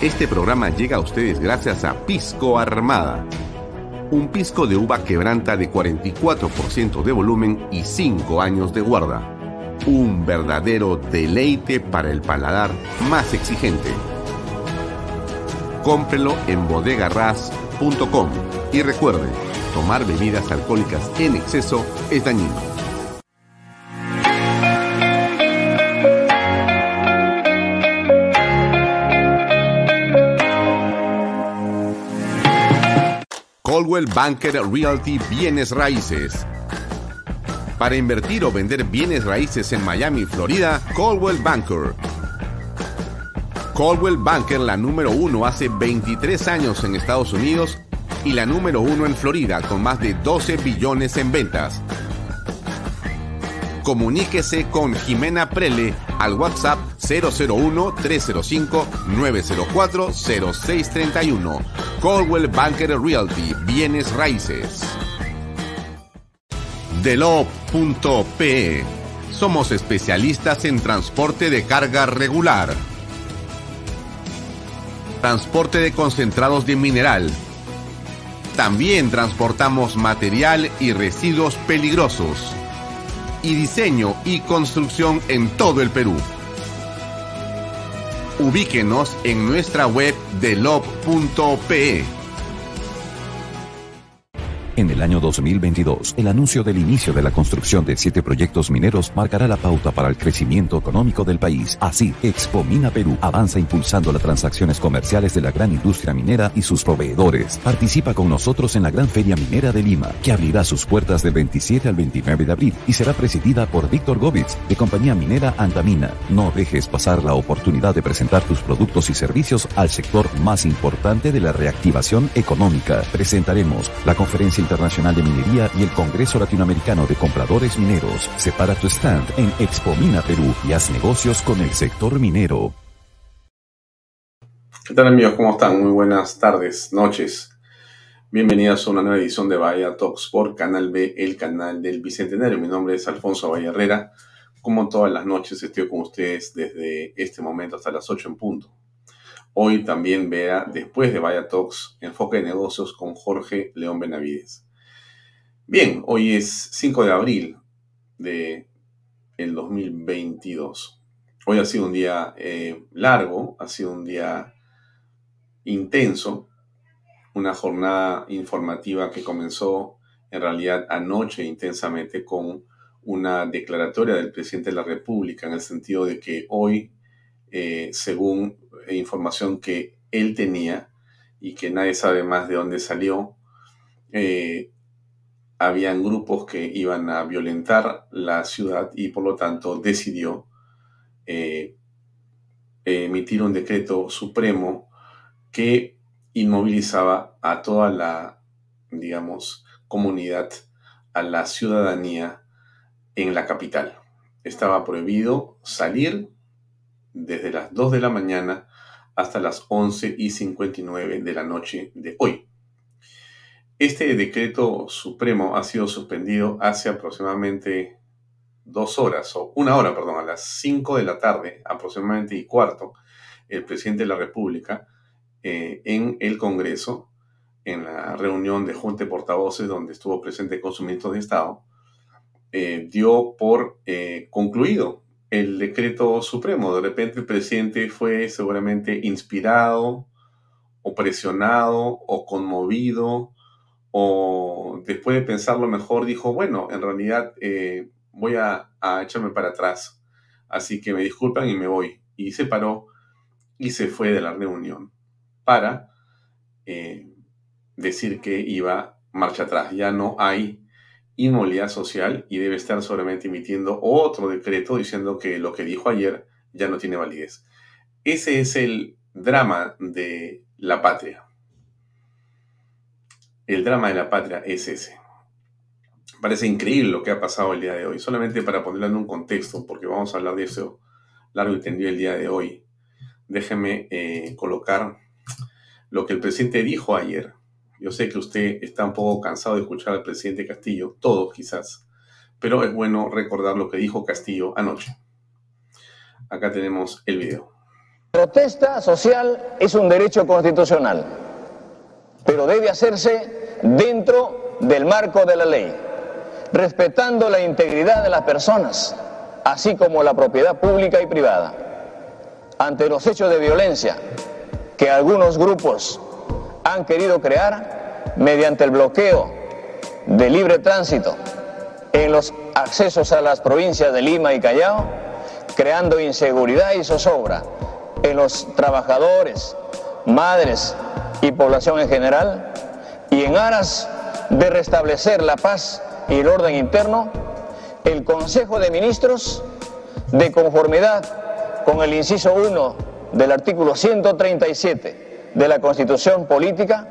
Este programa llega a ustedes gracias a Pisco Armada. Un pisco de uva quebranta de 44% de volumen y 5 años de guarda. Un verdadero deleite para el paladar más exigente. Cómprelo en bodegarras.com y recuerde, tomar bebidas alcohólicas en exceso es dañino. Coldwell Banker Realty Bienes Raíces. Para invertir o vender bienes raíces en Miami, Florida, Coldwell Banker. Coldwell Banker, la número 1 hace 23 años en Estados Unidos y la número 1 en Florida, con más de 12 billones en ventas. Comuníquese con Jimena Prele al WhatsApp 001-305-904-0631. Coldwell Banker Realty, Bienes Raíces. Delop.pe. Somos especialistas en transporte de carga regular. Transporte de concentrados de mineral. También transportamos material y residuos peligrosos. Y diseño y construcción en todo el Perú. Ubíquenos en nuestra web delop.pe. En el año 2022, el anuncio del inicio de la construcción de 7 proyectos mineros marcará la pauta para el crecimiento económico del país. Así, Expo Mina Perú avanza impulsando las transacciones comerciales de la gran industria minera y sus proveedores. Participa con nosotros en la Gran Feria Minera de Lima, que abrirá sus puertas del 27 al 29 de abril y será presidida por Víctor Govitz, de compañía minera Antamina. No dejes pasar la oportunidad de presentar tus productos y servicios al sector más importante de la reactivación económica. Presentaremos la Conferencia Internacional de Minería y el Congreso Latinoamericano de Compradores Mineros. Separa tu stand en Expo Mina Perú y haz negocios con el sector minero. ¿Qué tal, amigos? ¿Cómo están? Muy buenas tardes, noches. Bienvenidos a una nueva edición de Bahía Talks por Canal B, el canal del Bicentenario. Mi nombre es Alfonso Valle Herrera. Como todas las noches estoy con ustedes desde este momento hasta las 8 en punto. Hoy también vea, después de Bahía Talks, Enfoque de Negocios con Jorge León Benavides. Bien, hoy es 5 de abril de el 2022. Hoy ha sido un día largo, ha sido un día intenso, una jornada informativa que comenzó en realidad anoche intensamente con una declaratoria del presidente de la República en el sentido de que hoy, según información que él tenía y que nadie sabe más de dónde salió, habían grupos que iban a violentar la ciudad y por lo tanto decidió emitir un decreto supremo que inmovilizaba a toda la, digamos, comunidad, a la ciudadanía en la capital. Estaba prohibido salir desde las 2 de la mañana hasta las 11:59 de la noche de hoy. Este decreto supremo ha sido suspendido hace aproximadamente 2 horas, o 1 hora, perdón, a las 5 de la tarde, aproximadamente y cuarto, el presidente de la República, en el Congreso, en la reunión de Junta de Portavoces, donde estuvo presente con su ministro de Estado, dio por concluido el decreto supremo. De repente el presidente fue seguramente inspirado o presionado o conmovido, o después de pensarlo mejor dijo, bueno, en realidad voy a echarme para atrás, así que me disculpan y me voy. Y se paró y se fue de la reunión para decir que iba marcha atrás. Ya no hay inmovilidad social y debe estar solamente emitiendo otro decreto diciendo que lo que dijo ayer ya no tiene validez. Ese es el drama de la patria. El drama de la patria es ese. Parece increíble lo que ha pasado el día de hoy. Solamente para ponerlo en un contexto, porque vamos a hablar de eso largo y tendido el día de hoy. Déjeme colocar lo que el presidente dijo ayer. Yo sé que usted está un poco cansado de escuchar al presidente Castillo, todos quizás, pero es bueno recordar lo que dijo Castillo anoche. Acá tenemos el video. Protesta social es un derecho constitucional, pero debe hacerse dentro del marco de la ley, respetando la integridad de las personas, así como la propiedad pública y privada. Ante los hechos de violencia que algunos grupos han querido crear mediante el bloqueo de libre tránsito en los accesos a las provincias de Lima y Callao, creando inseguridad y zozobra en los trabajadores, madres y población en general, y en aras de restablecer la paz y el orden interno, el Consejo de Ministros, de conformidad con el inciso 1 del artículo 137 de la Constitución Política,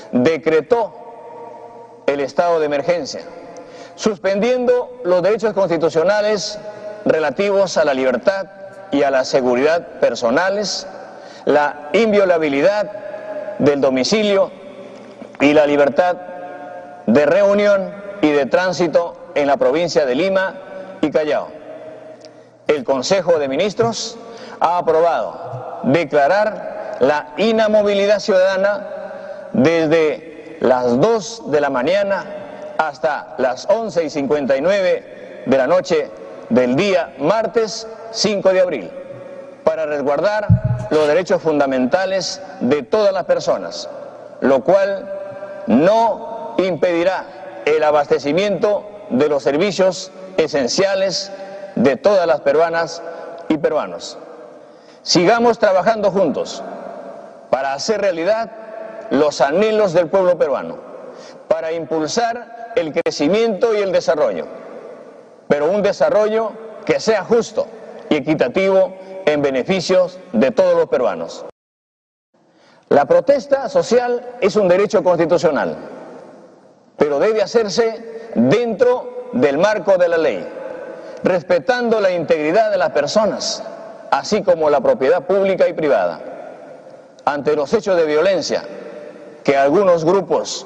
decretó el estado de emergencia, suspendiendo los derechos constitucionales relativos a la libertad y a la seguridad personales, la inviolabilidad del domicilio y la libertad de reunión y de tránsito en la provincia de Lima y Callao. El Consejo de Ministros ha aprobado declarar la inamovilidad ciudadana desde las 2 de la mañana hasta las 11:59 de la noche del día martes 5 de abril, para resguardar los derechos fundamentales de todas las personas, lo cual no impedirá el abastecimiento de los servicios esenciales de todas las peruanas y peruanos. Sigamos trabajando juntos para hacer realidad los anhelos del pueblo peruano, para impulsar el crecimiento y el desarrollo, pero un desarrollo que sea justo y equitativo en beneficios de todos los peruanos. La protesta social es un derecho constitucional, pero debe hacerse dentro del marco de la ley, respetando la integridad de las personas, así como la propiedad pública y privada. Ante los hechos de violencia que algunos grupos...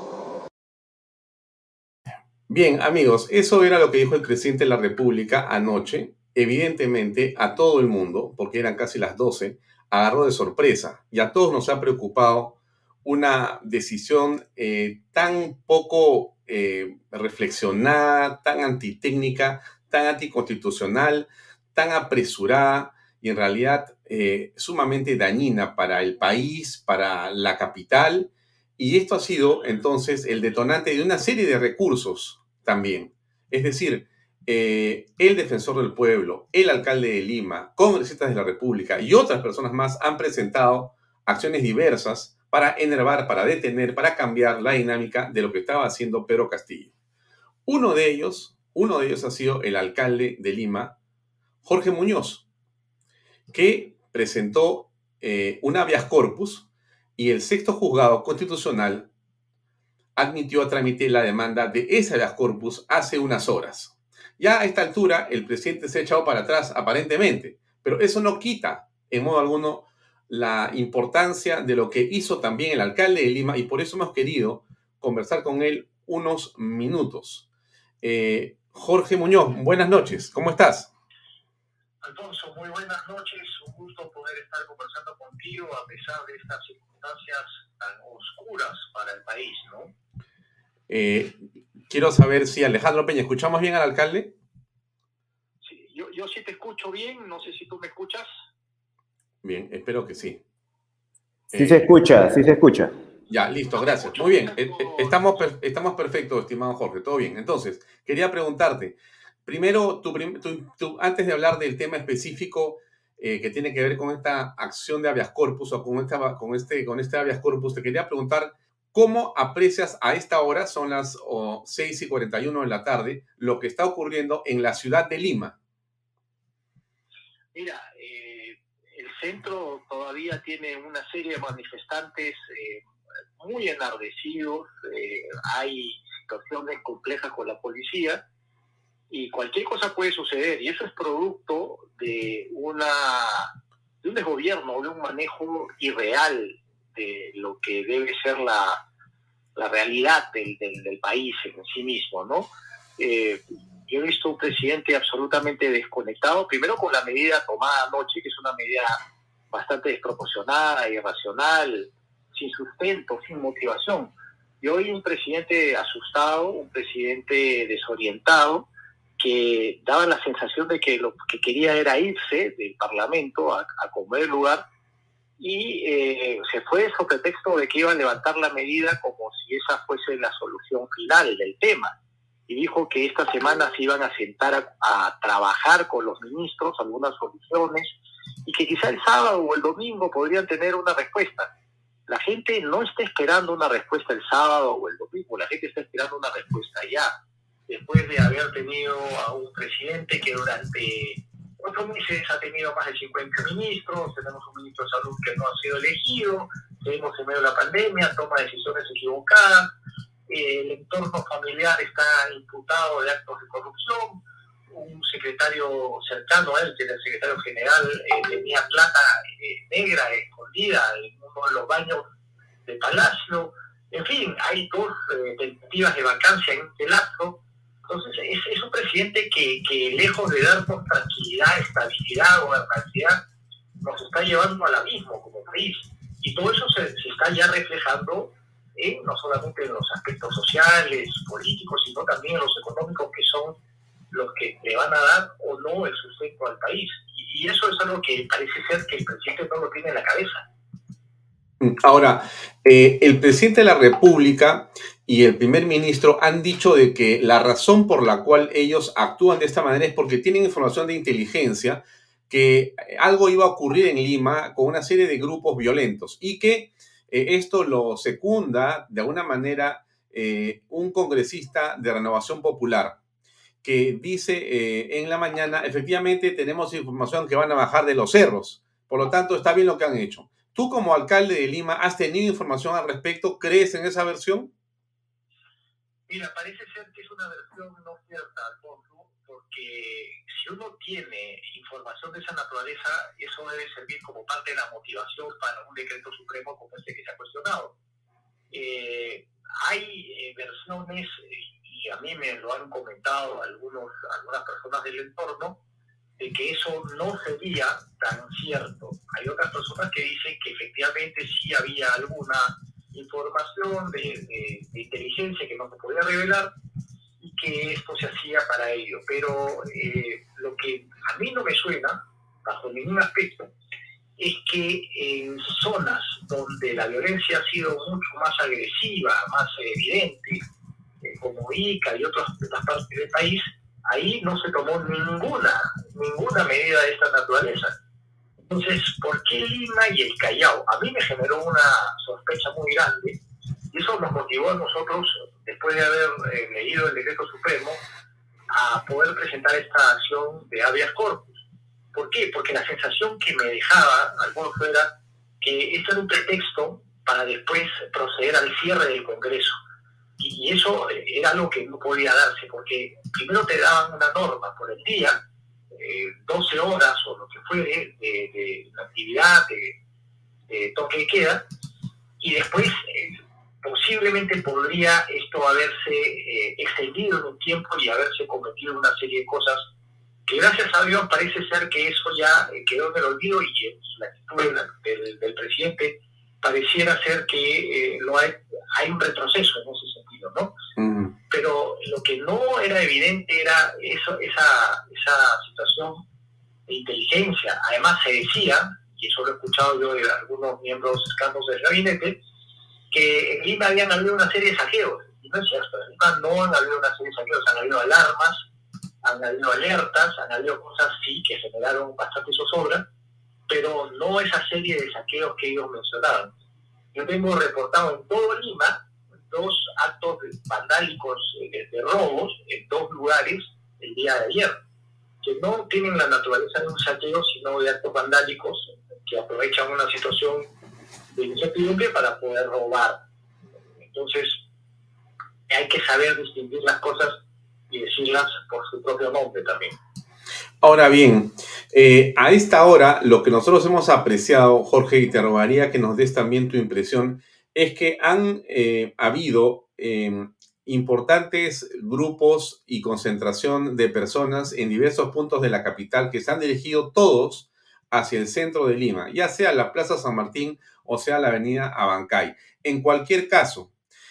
Bien, amigos, eso era lo que dijo el presidente de la República anoche. Evidentemente, a todo el mundo, porque eran casi las 12, agarró de sorpresa y a todos nos ha preocupado una decisión tan poco reflexionada, tan antitécnica, tan anticonstitucional, tan apresurada y en realidad sumamente dañina para el país, para la capital. Y esto ha sido entonces el detonante de una serie de recursos también. Es decir, el defensor del pueblo, el alcalde de Lima, congresistas de la República y otras personas más han presentado acciones diversas para enervar, para detener, para cambiar la dinámica de lo que estaba haciendo Pedro Castillo. Uno de ellos ha sido el alcalde de Lima, Jorge Muñoz, que presentó un habeas corpus y el sexto juzgado constitucional admitió a trámite la demanda de ese habeas corpus hace unas horas. Ya a esta altura el presidente se ha echado para atrás aparentemente, pero eso no quita en modo alguno la importancia de lo que hizo también el alcalde de Lima y por eso hemos querido conversar con él unos minutos. Jorge Muñoz, buenas noches, ¿cómo estás? Alfonso, muy buenas noches, un gusto poder estar conversando contigo a pesar de estas circunstancias tan oscuras para el país, ¿no? Quiero saber si Alejandro Peña, ¿escuchamos bien al alcalde? Sí, yo sí te escucho bien, no sé si tú me escuchas. Bien, espero que sí. Sí se escucha, sí se escucha. Ya, listo, gracias. Muy bien, estamos perfectos, estimado Jorge, todo bien. Entonces, quería preguntarte, primero, antes de hablar del tema específico que tiene que ver con esta acción de habeas corpus o con este habeas corpus, te quería preguntar, ¿cómo aprecias a esta hora, son las 6:41 de la tarde, lo que está ocurriendo en la ciudad de Lima? Mira, el centro todavía tiene una serie de manifestantes muy enardecidos, hay situaciones complejas con la policía y cualquier cosa puede suceder y eso es producto de un desgobierno, de un manejo irreal de lo que debe ser la realidad del país en sí mismo, ¿no? Yo he visto un presidente absolutamente desconectado, primero con la medida tomada anoche, que es una medida bastante desproporcionada, irracional, sin sustento, sin motivación. Y hoy un presidente asustado, un presidente desorientado, que daba la sensación de que lo que quería era irse del Parlamento a comer lugar, y se fue sobre pretexto de que iba a levantar la medida como si esa fuese la solución final del tema. Y dijo que esta semana se iban a sentar a trabajar con los ministros algunas soluciones, y que quizá el sábado o el domingo podrían tener una respuesta. La gente no está esperando una respuesta el sábado o el domingo, la gente está esperando una respuesta ya, después de haber tenido a un presidente que durante 8 meses ha tenido más de 50 ministros, tenemos un ministro de salud que no ha sido elegido, seguimos en medio de la pandemia, toma decisiones equivocadas, el entorno familiar está imputado de actos de corrupción, un secretario cercano a él, que era el secretario general, tenía plata negra escondida en uno de los baños de Palacio. En fin, hay 2 tentativas de vacancia en este lapso. Entonces es un presidente que lejos de darnos tranquilidad, estabilidad, gobernabilidad, nos está llevando al abismo como país. Y todo eso se está ya reflejando no solamente en los aspectos sociales, políticos, sino también en los económicos, que son los que le van a dar o no el sustento al país. Y eso es algo que parece ser que el presidente no lo tiene en la cabeza. Ahora, el presidente de la República y el primer ministro han dicho de que la razón por la cual ellos actúan de esta manera es porque tienen información de inteligencia que algo iba a ocurrir en Lima con una serie de grupos violentos, y que esto lo secunda de alguna manera un congresista de Renovación Popular, que dice en la mañana: efectivamente tenemos información que van a bajar de los cerros, por lo tanto está bien lo que han hecho. ¿Tú, como alcalde de Lima, has tenido información al respecto? ¿Crees en esa versión? Mira, parece ser que es una versión no cierta, Alfonso, porque si uno tiene información de esa naturaleza, eso debe servir como parte de la motivación para un decreto supremo como este que se ha cuestionado. Hay versiones, y a mí me lo han comentado algunas personas del entorno, de que eso no sería tan cierto. Hay otras personas que dicen que efectivamente sí había alguna información de inteligencia que no se podía revelar y que esto se hacía para ello. Pero lo que a mí no me suena, bajo ningún aspecto, es que en zonas donde la violencia ha sido mucho más agresiva, más evidente, como Ica y otras partes del país, ahí no se tomó ninguna medida de esta naturaleza. Entonces, ¿por qué Lima y el Callao? A mí me generó una sospecha muy grande, y eso nos motivó a nosotros, después de haber leído el decreto supremo, a poder presentar esta acción de habeas corpus. ¿Por qué? Porque la sensación que me dejaba, Alfonso, era que esto era un pretexto para después proceder al cierre del Congreso. Y eso era algo que no podía darse, porque primero te daban una norma por el día, 12 horas o lo que fuere de la actividad de toque de queda, y después posiblemente podría esto haberse extendido en un tiempo y haberse cometido una serie de cosas que, gracias a Dios, parece ser que eso ya quedó en el olvido, y la actitud del presidente pareciera ser que hay un retroceso en ese sentido, ¿no? Pero lo que no era evidente era esa situación de inteligencia. Además se decía, y eso lo he escuchado yo de algunos miembros cercanos del gabinete, que en Lima habían habido una serie de saqueos. Y no es cierto, en Lima no han habido una serie de saqueos, han habido alarmas, han habido alertas, han habido cosas sí que generaron bastante zozobra, pero no esa serie de saqueos que ellos mencionaban. Yo tengo reportado en todo Lima 2 actos vandálicos de robos en 2 lugares el día de ayer, que no tienen la naturaleza de un saqueo, sino de actos vandálicos que aprovechan una situación de incertidumbre para poder robar. Entonces, hay que saber distinguir las cosas y decirlas por su propio nombre también. Ahora bien, a esta hora, lo que nosotros hemos apreciado, Jorge, y te rogaría que nos des también tu impresión, es que han habido importantes grupos y concentración de personas en diversos puntos de la capital que se han dirigido todos hacia el centro de Lima, ya sea la Plaza San Martín o sea la Avenida Abancay. En cualquier caso,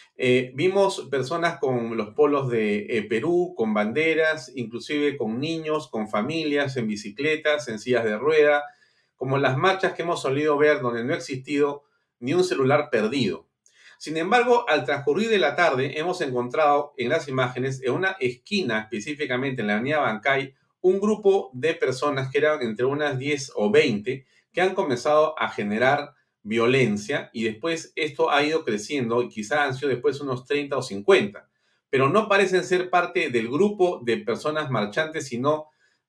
vimos personas con los polos de Perú, con banderas, inclusive con niños, con familias, en bicicletas, en sillas de rueda, como las marchas que hemos solido ver donde no ha existido ni un celular perdido. Sin embargo, al transcurrir de la tarde, hemos encontrado en las imágenes, en una esquina específicamente en la avenida Bancay, un grupo de personas que eran entre unas 10 o 20 que han comenzado a generar violencia y después esto ha ido creciendo y quizá han sido después unos 30 o 50, pero no parecen ser parte del grupo de personas marchantes, sino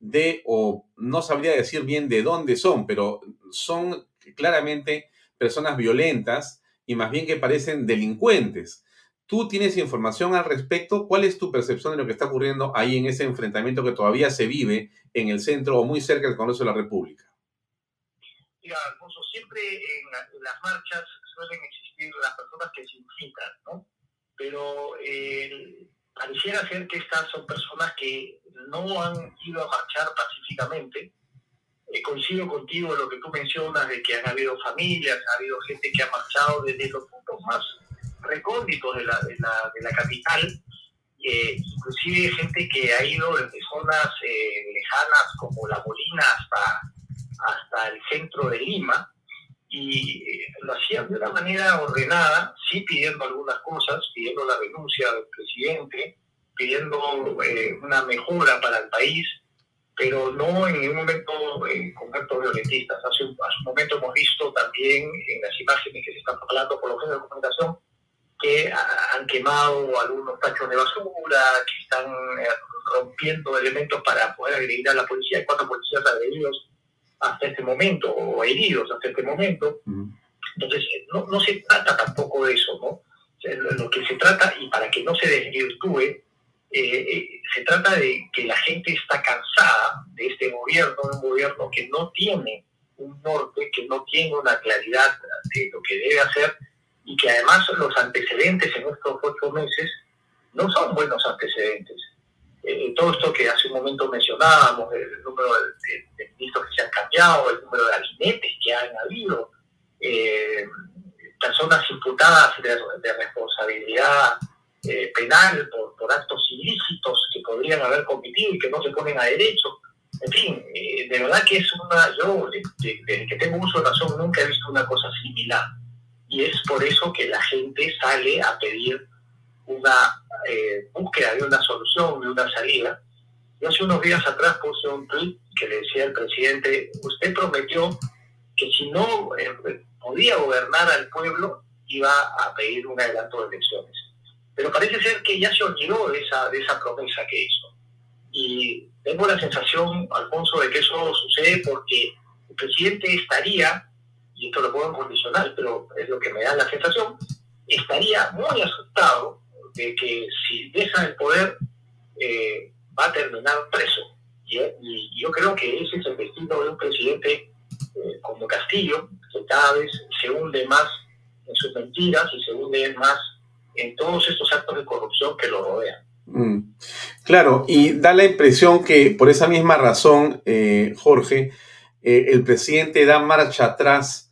o no sabría decir bien de dónde son, pero son claramente personas violentas y más bien que parecen delincuentes. ¿Tú tienes información al respecto? ¿Cuál es tu percepción de lo que está ocurriendo ahí en ese enfrentamiento que todavía se vive en el centro o muy cerca del Congreso de la República? Mira, Alfonso, siempre en las marchas suelen existir las personas que se infiltran, ¿no? Pero pareciera ser que estas son personas que no han ido a marchar pacíficamente. Coincido contigo en lo que tú mencionas de que han habido familias, ha habido gente que ha marchado desde los puntos más recónditos de la capital, inclusive gente que ha ido desde zonas lejanas como La Molina hasta el centro de Lima, y lo hacían de una manera ordenada, sí pidiendo algunas cosas, pidiendo la renuncia del presidente, pidiendo una mejora para el país, pero no en ningún momento con actos violentistas. Hace un momento hemos visto también en las imágenes que se están hablando por los medios de comunicación que han quemado algunos tachos de basura, que están rompiendo elementos para poder agredir a la policía. Hay 4 policías agredidos hasta este momento, o heridos hasta este momento. Entonces, no se trata tampoco de eso, ¿no? O sea, lo que se trata, y para que no se desvirtúe, se trata de que la gente está cansada de este gobierno, un gobierno que no tiene un norte, que no tiene una claridad de lo que debe hacer, y que además los antecedentes en estos 8 meses no son buenos antecedentes. Todo esto que hace un momento mencionábamos, el número de ministros que se han cambiado, el número de gabinetes que han habido, personas imputadas de responsabilidad penal por actos ilícitos que podrían haber cometido y que no se ponen a derecho. En fin, de verdad que es yo desde que tengo uso de razón nunca he visto una cosa similar, y es por eso que la gente sale a pedir una búsqueda de una solución, de una salida. Yo hace unos días atrás puse un tweet que le decía al presidente: usted prometió que si no podía gobernar al pueblo, iba a pedir un adelanto de elecciones. Pero parece ser que ya se olvidó de esa promesa que hizo. Y tengo la sensación, Alfonso, de que eso sucede porque el presidente estaría, y esto lo pongo en condicional, pero es lo que me da la sensación, estaría muy asustado de que si deja el poder va a terminar preso. Y yo creo que ese es el destino de un presidente como Castillo, que cada vez se hunde más en sus mentiras y se hunde más en todos estos actos de corrupción que lo rodean. Claro, y da la impresión que por esa misma razón, Jorge, el presidente da marcha atrás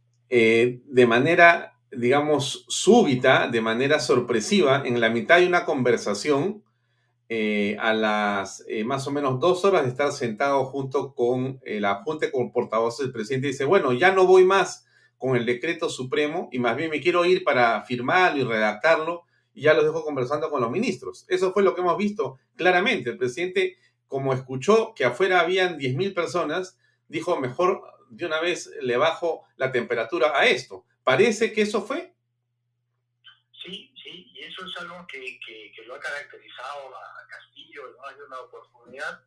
de manera, digamos, súbita, de manera sorpresiva, en la mitad de una conversación, a las más o menos 2 horas de estar sentado junto con la Junta de Portavoces del presidente, dice: bueno, ya no voy más con el decreto supremo y más bien me quiero ir para firmarlo y redactarlo, y ya los dejo conversando con los ministros. Eso fue lo que hemos visto claramente. El presidente, como escuchó que afuera habían 10.000 personas, dijo: mejor de una vez le bajo la temperatura a esto. ¿Parece que eso fue? Sí, y eso es algo que lo ha caracterizado a Castillo en más de una oportunidad,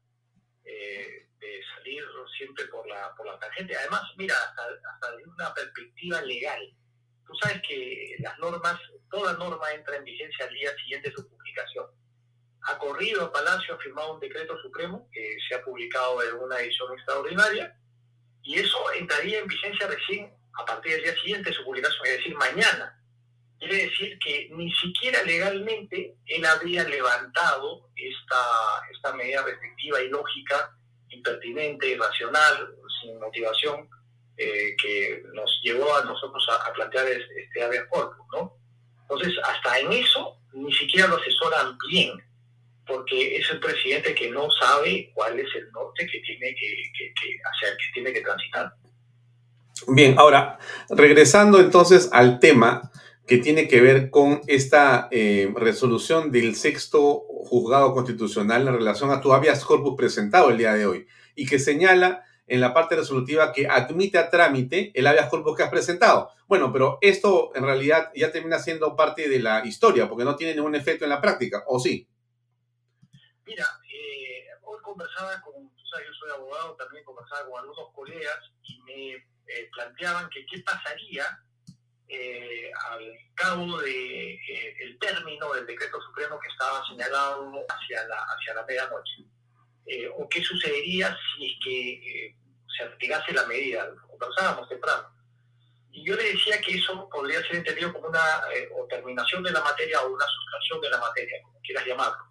de salir siempre por la tangente. Además, mira, hasta desde una perspectiva legal. Tú sabes que las normas, toda norma entra en vigencia al día siguiente de su publicación. Ha corrido a Palacio, ha firmado un decreto supremo que se ha publicado en una edición extraordinaria, y eso entraría en vigencia recién a partir del día siguiente de su publicación, es decir, mañana. Quiere decir que ni siquiera legalmente él habría levantado esta medida restrictiva y lógica impertinente, irracional, sin motivación, que nos llevó a nosotros a plantear este habeas corpus, ¿no? Entonces, hasta en eso ni siquiera lo asesoran bien, porque es el presidente que no sabe cuál es el norte que tiene hacia el que tiene que transitar. Bien, ahora, regresando entonces al tema que tiene que ver con esta resolución del sexto juzgado constitucional en relación a tu habeas corpus presentado el día de hoy, y que señala en la parte resolutiva que admite a trámite el habeas corpus que has presentado. Bueno, pero esto en realidad ya termina siendo parte de la historia, porque no tiene ningún efecto en la práctica, ¿o sí? Mira, hoy conversaba tú sabes, yo soy abogado, también conversaba con algunos colegas y me planteaban que qué pasaría al cabo de el término del decreto supremo que estaba señalado hacia la medianoche, o qué sucedería si es que se aplicase la medida. Lo conversábamos temprano. Y yo le decía que eso podría ser entendido como una o terminación de la materia o una sustracción de la materia, como quieras llamarlo.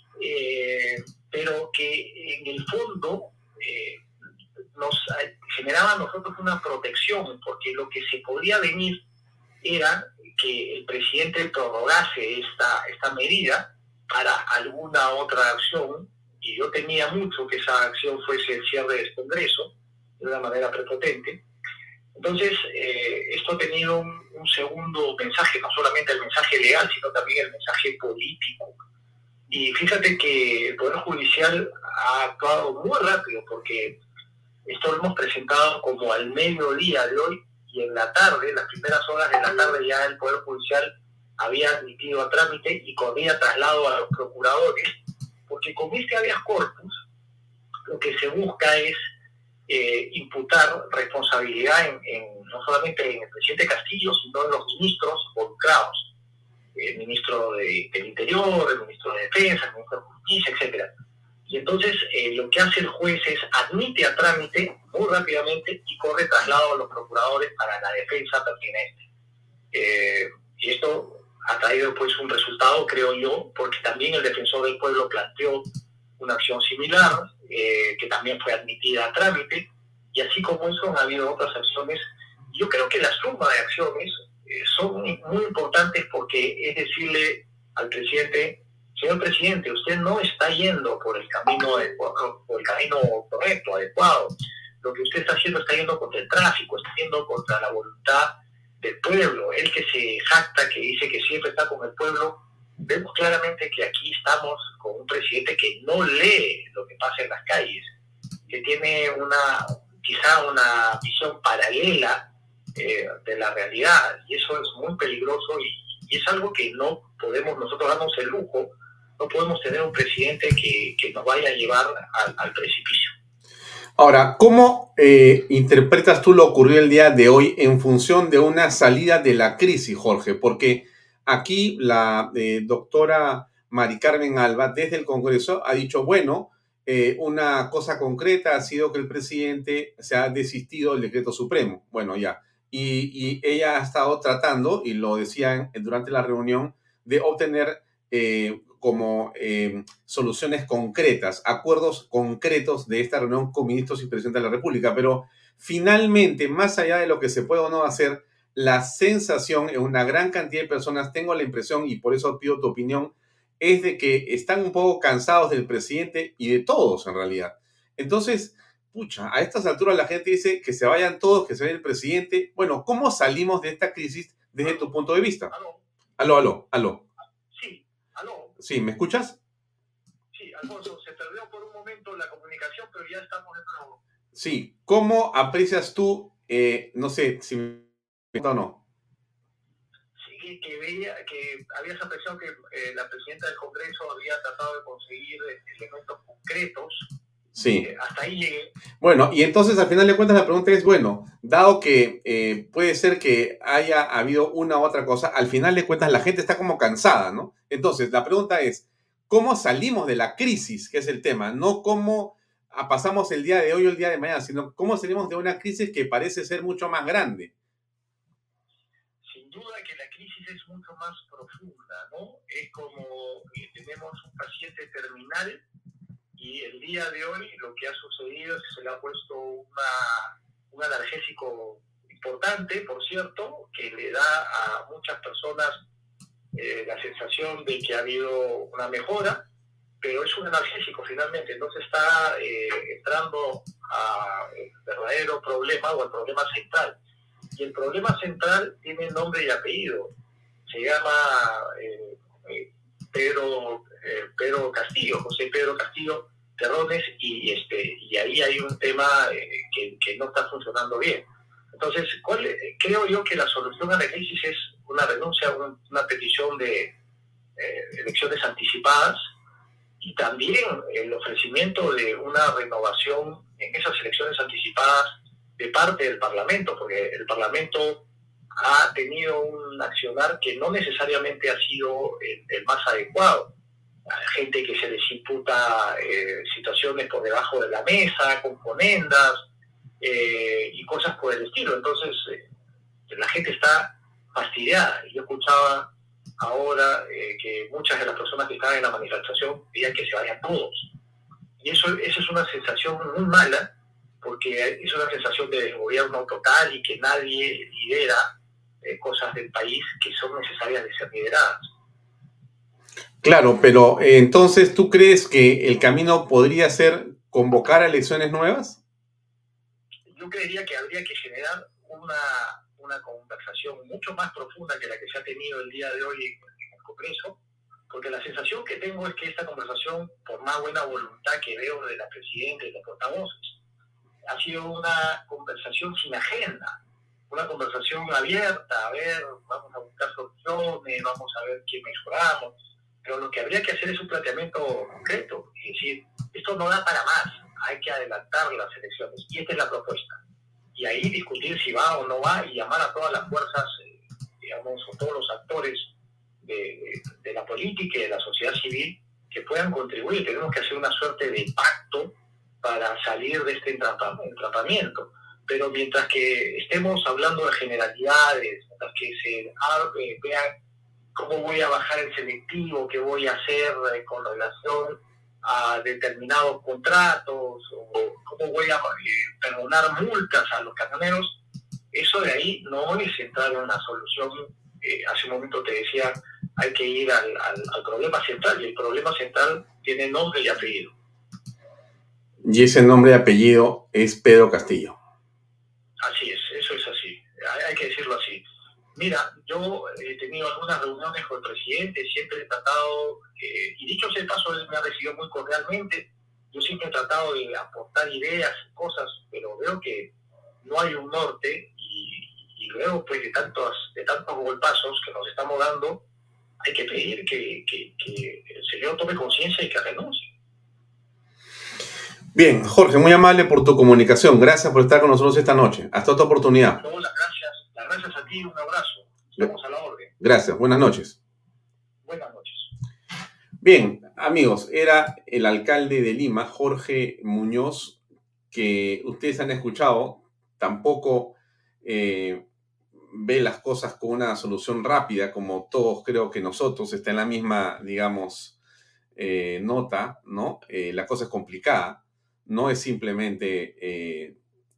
Pero que en el fondo nos generaba a nosotros una protección, porque lo que se podría venir era que el presidente prorrogase esta medida para alguna otra acción, y yo temía mucho que esa acción fuese el cierre del Congreso de una manera prepotente. Entonces, esto ha tenido un segundo mensaje, no solamente el mensaje legal, sino también el mensaje político. Y fíjate que el Poder Judicial ha actuado muy rápido, porque esto lo hemos presentado como al mediodía de hoy, y en la tarde, las primeras horas de la tarde, ya el Poder Judicial había admitido a trámite y corría traslado a los procuradores, porque con este habeas corpus lo que se busca es imputar responsabilidad no solamente en el presidente Castillo, sino en los ministros involucrados, el ministro del Interior, el ministro de Defensa, el ministro de Justicia, etc. Y entonces lo que hace el juez es admite a trámite muy rápidamente y corre traslado a los procuradores para la defensa pertinente. Y esto ha traído pues un resultado, creo yo, porque también el defensor del pueblo planteó una acción similar, que también fue admitida a trámite, y así como eso han habido otras acciones. Yo creo que la suma de acciones son muy importantes, porque es decirle al presidente: señor presidente, usted no está yendo por el camino correcto, adecuado. Lo que usted está haciendo está yendo contra el tráfico, está yendo contra la voluntad del pueblo. Él que se jacta, que dice que siempre está con el pueblo, vemos claramente que aquí estamos con un presidente que no lee lo que pasa en las calles, que tiene quizá una visión paralela de la realidad, y eso es muy peligroso, y es algo que no podemos nosotros darnos el lujo. No podemos tener un presidente que nos vaya a llevar al precipicio. Ahora, ¿cómo interpretas tú lo ocurrido el día de hoy en función de una salida de la crisis, Jorge? Porque aquí la doctora Mari Carmen Alba, desde el Congreso, ha dicho, bueno, una cosa concreta ha sido que el presidente se ha desistido del decreto supremo. Bueno, ya. Y ella ha estado tratando, y lo decían durante la reunión, de obtener soluciones concretas, acuerdos concretos de esta reunión con ministros y presidente de la República. Pero finalmente, más allá de lo que se puede o no hacer, la sensación en una gran cantidad de personas, tengo la impresión, y por eso pido tu opinión, es de que están un poco cansados del presidente y de todos en realidad. Entonces, pucha, a estas alturas la gente dice que se vayan todos, que se vaya el presidente. Bueno, ¿cómo salimos de esta crisis desde tu punto de vista? Aló. Sí, aló. Sí, ¿me escuchas? Sí, Alfonso, se perdió por un momento la comunicación, pero ya estamos de nuevo. Sí, ¿cómo aprecias tú, no sé si me o no? Sí, que habías apreciado que la presidenta del Congreso había tratado de conseguir elementos concretos. Sí. Hasta ahí llegué. Bueno, y entonces al final de cuentas la pregunta es, bueno, dado que puede ser que haya habido una u otra cosa, al final de cuentas la gente está como cansada, ¿no? Entonces la pregunta es, ¿cómo salimos de la crisis, que es el tema? No cómo pasamos el día de hoy o el día de mañana, sino cómo salimos de una crisis que parece ser mucho más grande. Sin duda que la crisis es mucho más profunda, ¿no? Es como tenemos un paciente terminal Y el día de hoy lo que ha sucedido es que se le ha puesto un analgésico importante, por cierto, que le da a muchas personas la sensación de que ha habido una mejora, pero es un analgésico finalmente, no se está entrando al verdadero problema o al problema central. Y el problema central tiene nombre y apellido. Se llama Pedro Castillo, José Pedro Castillo Terrones, y ahí hay un tema que no está funcionando bien. Entonces, creo yo que la solución a la crisis es una renuncia, una petición de elecciones anticipadas, y también el ofrecimiento de una renovación en esas elecciones anticipadas de parte del Parlamento, porque el Parlamento ha tenido un accionar que no necesariamente ha sido el más adecuado. Hay gente que se les imputa situaciones por debajo de la mesa, componendas y cosas por el estilo. Entonces, la gente está fastidiada. Yo escuchaba ahora que muchas de las personas que estaban en la manifestación pedían que se vayan todos. Y eso es una sensación muy mala, porque es una sensación de desgobierno total y que nadie lidera cosas del país que son necesarias de ser lideradas. Claro, pero entonces, ¿tú crees que el camino podría ser convocar a elecciones nuevas? Yo creería que habría que generar una conversación mucho más profunda que la que se ha tenido el día de hoy en el Congreso, porque la sensación que tengo es que esta conversación, por más buena voluntad que veo de la presidenta y los portavoces, ha sido una conversación sin agenda, una conversación abierta, a ver, vamos a buscar soluciones, vamos a ver qué mejoramos, pero lo que habría que hacer es un planteamiento concreto, y decir, esto no da para más, hay que adelantar las elecciones, y esta es la propuesta. Y ahí discutir si va o no va y llamar a todas las fuerzas, digamos, o todos los actores de la política y de la sociedad civil que puedan contribuir. Tenemos que hacer una suerte de pacto para salir de este entrapamiento. Pero mientras que estemos hablando de generalidades, mientras que se vean cómo voy a bajar el selectivo, qué voy a hacer con relación a determinados contratos, o cómo voy a perdonar multas a los camioneros, eso de ahí no es entrar en una solución. Hace un momento te decía, hay que ir al problema central, y el problema central tiene nombre y apellido. Y ese nombre y apellido es Pedro Castillo. Así es, eso es así, hay que decirlo así. Mira, yo he tenido algunas reuniones con el presidente, siempre he tratado, y dicho sea de paso, él me ha recibido muy cordialmente, yo siempre he tratado de aportar ideas, cosas, pero veo que no hay un norte, y luego pues de tantos golpazos que nos estamos dando, hay que pedir que el señor tome conciencia y que renuncie. Bien, Jorge, muy amable por tu comunicación. Gracias por estar con nosotros esta noche. Hasta otra oportunidad. No, las gracias a ti, un abrazo. Estamos a la orden. Gracias, buenas noches. Buenas noches. Bien, amigos, era el alcalde de Lima, Jorge Muñoz, que ustedes han escuchado, tampoco ve las cosas con una solución rápida, como todos creo que nosotros, está en la misma, digamos, nota, ¿no? La cosa es complicada, no es simplemente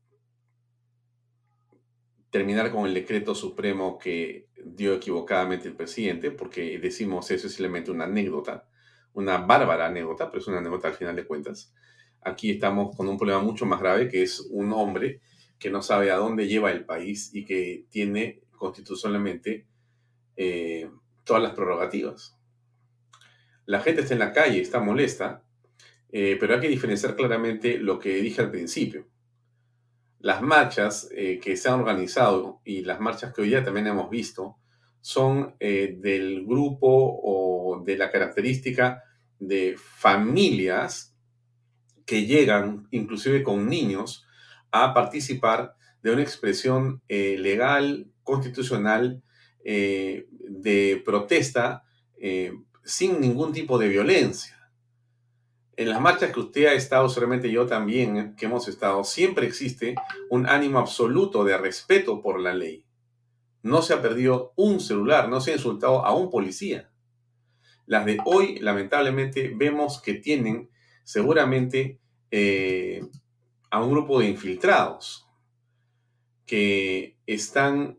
terminar con el decreto supremo que dio equivocadamente el presidente, porque decimos eso es simplemente una anécdota, una bárbara anécdota, pero es una anécdota al final de cuentas. Aquí estamos con un problema mucho más grave, que es un hombre que no sabe a dónde lleva el país y que tiene constitucionalmente todas las prerrogativas. La gente está en la calle, está molesta, pero hay que diferenciar claramente lo que dije al principio. Las marchas que se han organizado y las marchas que hoy día también hemos visto son del grupo o de la característica de familias que llegan, inclusive con niños, a participar de una expresión legal, constitucional, de protesta sin ningún tipo de violencia. En las marchas que usted ha estado, seguramente yo también, que hemos estado, siempre existe un ánimo absoluto de respeto por la ley. No se ha perdido un celular, no se ha insultado a un policía. Las de hoy, lamentablemente, vemos que tienen seguramente a un grupo de infiltrados que están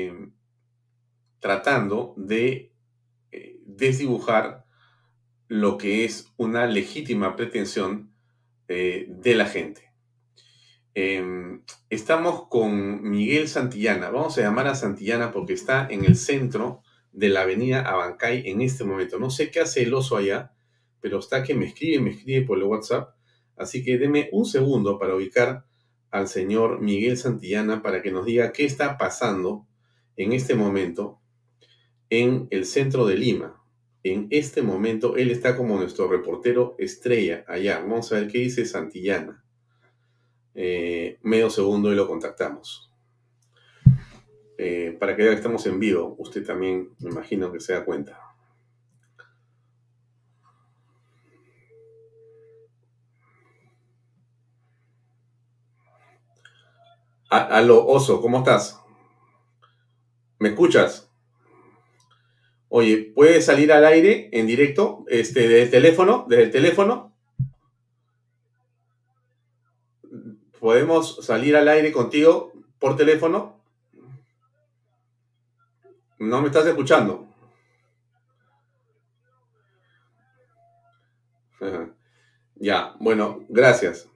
tratando de desdibujar lo que es una legítima pretensión de la gente. Estamos con Miguel Santillana. Vamos a llamar a Santillana porque está en el centro de la avenida Abancay en este momento. No sé qué hace el oso allá, pero está que me escribe por el WhatsApp. Así que deme un segundo para ubicar al señor Miguel Santillana para que nos diga qué está pasando en este momento en el centro de Lima. En este momento él está como nuestro reportero estrella allá. Vamos a ver qué dice Santillana. Medio segundo y lo contactamos. Para que vea que estamos en vivo. Usted también, me imagino que se da cuenta. Aló, Oso, ¿cómo estás? ¿Me escuchas? Oye, ¿puedes salir al aire en directo? Desde el teléfono, ¿Podemos salir al aire contigo por teléfono? No me estás escuchando. Ya, bueno, gracias.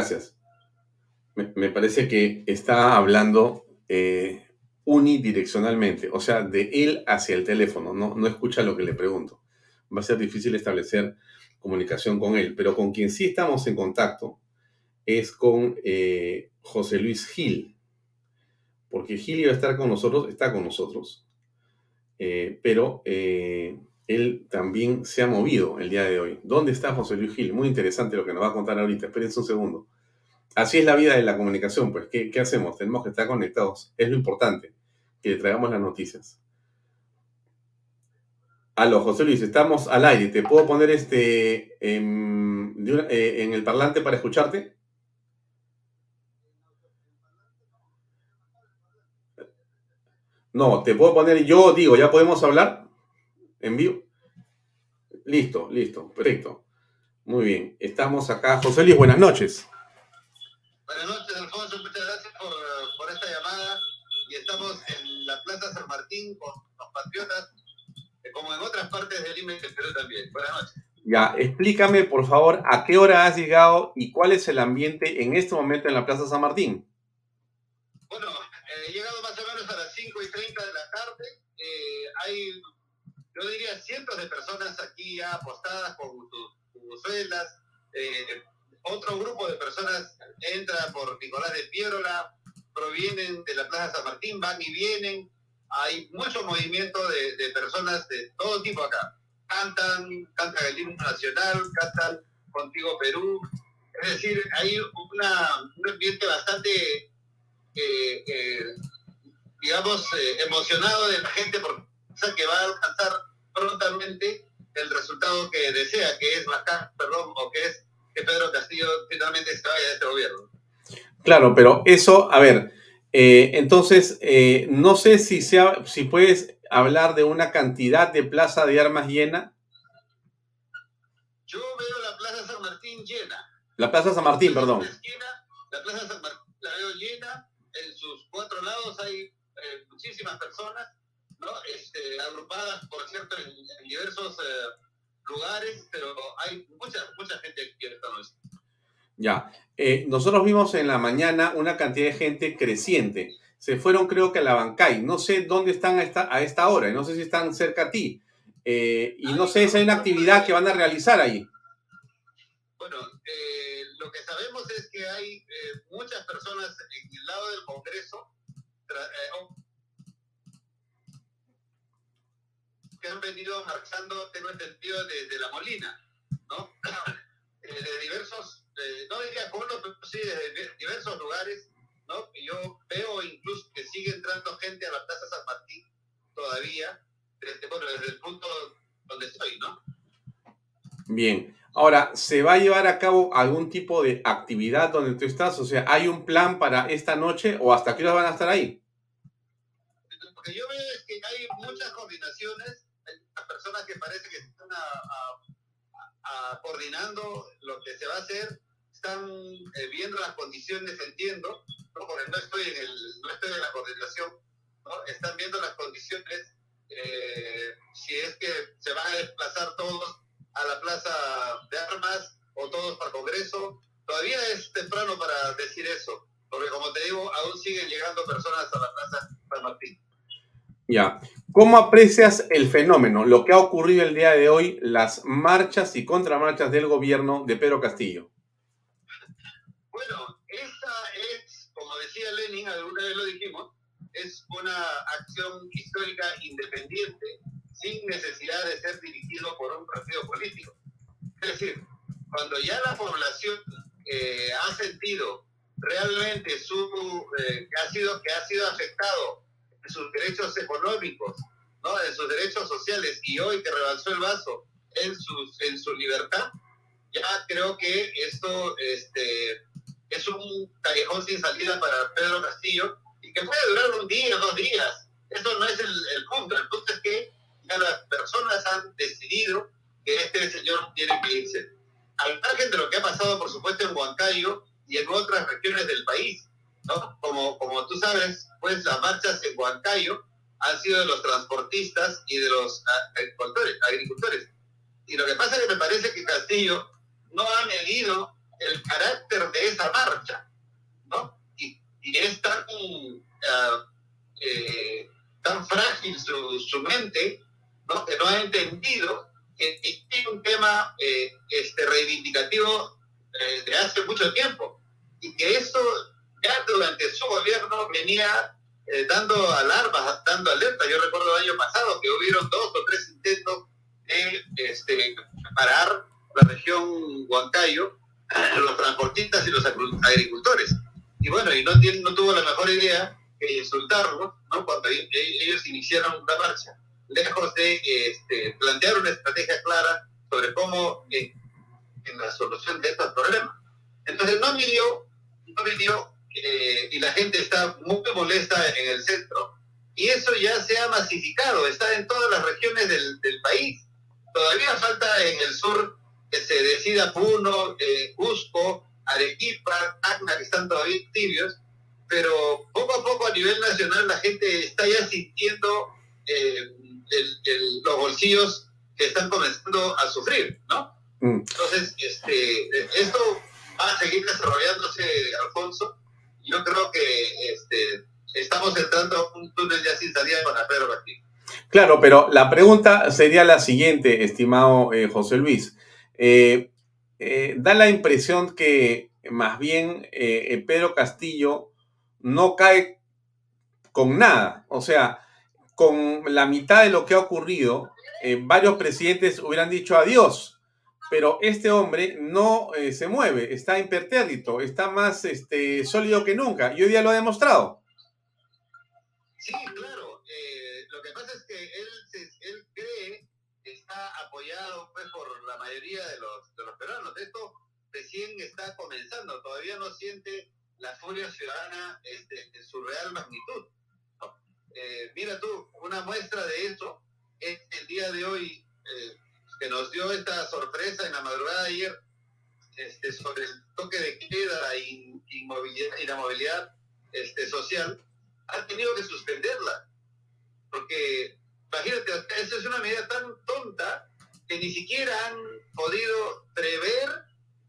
Me parece que está hablando unidireccionalmente, o sea, de él hacia el teléfono, no escucha lo que le pregunto. Va a ser difícil establecer comunicación con él, pero con quien sí estamos en contacto es con José Luis Gil, porque Gil iba a estar con nosotros, está con nosotros, pero él también se ha movido el día de hoy. ¿Dónde está José Luis Gil? Muy interesante lo que nos va a contar ahorita, espérense un segundo. Así es la vida de la comunicación, pues, ¿qué hacemos? Tenemos que estar conectados, es lo importante, que le traigamos las noticias. Aló, José Luis, estamos al aire, ¿te puedo poner en el parlante para escucharte? No, te puedo poner, yo digo, ¿ya podemos hablar en vivo? Listo, perfecto. Muy bien, estamos acá. José Luis, buenas noches. Buenas noches, Alfonso, muchas gracias por esta llamada. Y estamos en la Plaza San Martín con los patriotas, como en otras partes de Lima y del Perú también. Buenas noches. Ya, explícame, por favor, a qué hora has llegado y cuál es el ambiente en este momento en la Plaza San Martín. Bueno, he llegado más o menos a las 5:30 de la tarde. Hay, yo diría, cientos de personas aquí ya apostadas con sus buzuelas. Otro grupo de personas entra por Nicolás de Piérola, provienen de la Plaza San Martín, van y vienen. Hay mucho movimiento de personas de todo tipo acá. Cantan el himno nacional, cantan Contigo Perú. Es decir, hay un ambiente bastante, emocionado de la gente porque piensa que va a alcanzar prontamente el resultado que desea, que es o que es que Pedro Castillo finalmente se vaya de este gobierno. Claro, pero eso, a ver, entonces, no sé si puedes hablar de una cantidad de plaza de armas llena. Yo veo la Plaza San Martín llena. La Plaza San Martín, perdón. La Plaza San Martín la veo llena. En sus 4 lados hay muchísimas personas, ¿no? Agrupadas, por cierto, en diversos lugares, pero hay mucha gente aquí esta noche. Ya, nosotros vimos en la mañana una cantidad de gente creciente. Se fueron, creo que a la Abancay. No sé dónde están a esta hora. No sé si están cerca a ti. Y no sé si hay una actividad que van a realizar ahí. Bueno, lo que sabemos es que hay muchas personas en el lado del Congreso que han venido marchando, tengo entendido, desde La Molina, ¿no? De diversos, no diría pueblos, pero sí de diversos lugares, ¿no? Yo veo incluso que sigue entrando gente a la Plaza San Martín todavía, desde el punto donde estoy, ¿no? Bien. Ahora, ¿se va a llevar a cabo algún tipo de actividad donde tú estás? O sea, ¿hay un plan para esta noche o hasta qué hora van a estar ahí? Lo que yo veo es que hay muchas coordinaciones, hay personas que parece que están coordinando lo que se va a hacer, están viendo las condiciones, entiendo, ¿no? Porque no estoy en la coordinación, ¿no? Están viendo las condiciones, si es que se van a desplazar todos a la Plaza de Armas o todos para Congreso. Todavía es temprano para decir eso, porque como te digo, aún siguen llegando personas a la Plaza San Martín. Ya. ¿Cómo aprecias el fenómeno, lo que ha ocurrido el día de hoy, las marchas y contramarchas del gobierno de Pedro Castillo? Bueno, esta es, como decía Lenin, alguna vez lo dijimos, es una acción histórica independiente, sin necesidad de ser dirigido por un partido político. Es decir, cuando ya la población ha sentido realmente que ha sido afectado en sus derechos económicos, ¿no? En sus derechos sociales, y hoy que rebalsó el vaso en su libertad, ya creo que esto es un callejón sin salida para Pedro Castillo, y que puede durar un día, 2 días. Eso no es el punto. El punto es que ya las personas han decidido que este señor tiene que irse. Al margen de lo que ha pasado, por supuesto, en Huancayo y en otras regiones del país, ¿no? Como tú sabes, pues las marchas en Huancayo han sido de los transportistas y de los agricultores. Y lo que pasa es que me parece que Castillo no ha medido el carácter de esa marcha, ¿no? Y es tan frágil su mente, ¿no? Que no ha entendido que tiene un tema reivindicativo de hace mucho tiempo, y que esto ya durante su gobierno venía dando alarmas, dando alerta. Yo recuerdo el año pasado que hubieron 2 o 3 intentos de parar la región Huancayo, los transportistas y los agricultores. Y bueno, y no tuvo la mejor idea que insultarlos, ¿no? Cuando ellos iniciaron una marcha, lejos de plantear una estrategia clara sobre cómo en la solución de estos problemas. Entonces no midió, y la gente está muy molesta en el centro, y eso ya se ha masificado, está en todas las regiones del país. Todavía falta en el sur que se decida Puno, Cusco, Arequipa, Tacna, que están todavía tibios, pero poco a poco a nivel nacional la gente está ya sintiendo los bolsillos que están comenzando a sufrir, ¿no? Entonces, esto va a seguir desarrollándose, Alfonso. Yo creo que estamos entrando a un túnel ya sin salida para Pedro Castillo. Claro, pero la pregunta sería la siguiente, estimado José Luis. Da la impresión que más bien Pedro Castillo no cae con nada. O sea, con la mitad de lo que ha ocurrido, varios presidentes hubieran dicho adiós, pero este hombre no se mueve, está impertérrito, está más sólido que nunca, y hoy día lo ha demostrado. Sí, claro. Lo que pasa es que él cree que está apoyado pues por la mayoría de los peruanos. Esto recién está comenzando, todavía no siente la furia ciudadana en su real magnitud, ¿no? Mira tú, una muestra de eso es el día de hoy, que nos dio esta sorpresa en la madrugada de ayer, sobre el toque de queda y la movilidad social. Han tenido que suspenderla, porque imagínate, esa es una medida tan tonta que ni siquiera han podido prever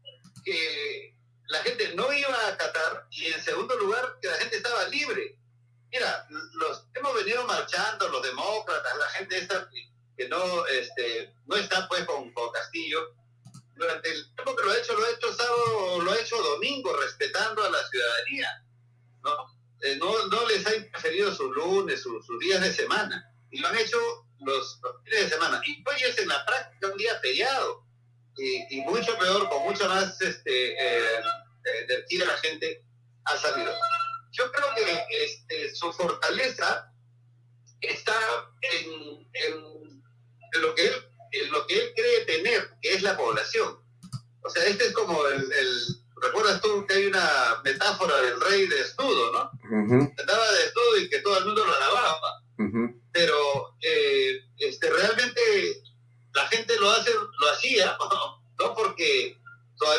que la gente no iba a acatar, y en segundo lugar que la gente estaba libre. Mira, hemos venido marchando, los demócratas, la gente esta que no está pues con Castillo, durante el tiempo que lo ha hecho sábado, lo ha hecho domingo, respetando a la ciudadanía, ¿no? No les ha interferido sus lunes, sus días de semana, y lo han hecho los fines de semana, y hoy es en la práctica un día feriado, y mucho peor, con mucha más energía la gente ha salido. Yo creo que su fortaleza está en lo que él cree tener, que es la población. O sea, es como ¿recuerdas tú que hay una metáfora del rey desnudo, no? Uh-huh. Andaba desnudo y que todo el mundo lo alababa. Uh-huh. Pero realmente la gente lo hacía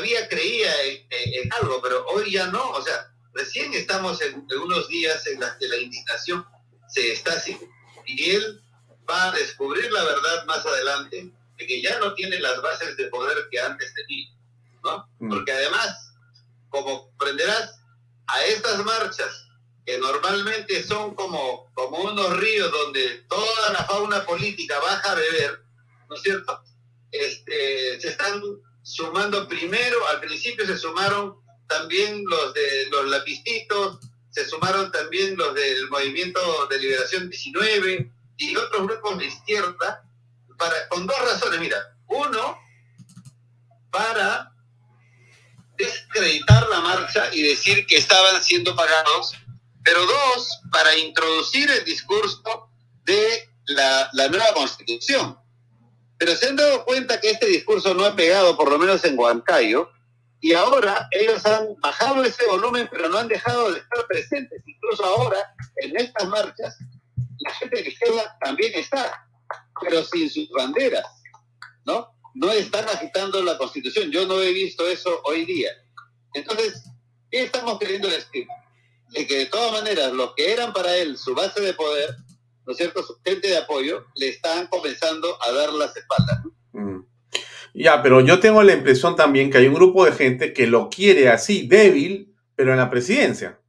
todavía creía en algo, pero hoy ya no. O sea, recién estamos en unos días en los que la indignación se está haciendo. Y él va a descubrir la verdad más adelante de que ya no tiene las bases de poder que antes tenía, ¿no? Porque además, como comprenderás, a estas marchas, que normalmente son como unos ríos donde toda la fauna política baja a beber, ¿no es cierto? Se están sumando primero, al principio se sumaron también los de los lapistitos, se sumaron también los del Movimiento de Liberación 19 y otros grupos de izquierda, con dos razones, mira. Uno, para desacreditar la marcha y decir que estaban siendo pagados, pero dos, para introducir el discurso de la nueva Constitución. Pero se han dado cuenta que este discurso no ha pegado, por lo menos en Huancayo, y ahora ellos han bajado ese volumen, pero no han dejado de estar presentes. Incluso ahora, en estas marchas, la gente de la izquierda también está, pero sin sus banderas, ¿no? No están agitando la Constitución. Yo no he visto eso hoy día. Entonces, ¿qué estamos queriendo decir? De que de todas maneras, los que eran para él su base de poder, ¿no es cierto?, su gente de apoyo, le están comenzando a dar las espaldas, ¿no? Ya, pero yo tengo la impresión también que hay un grupo de gente que lo quiere así, débil, pero en la presidencia.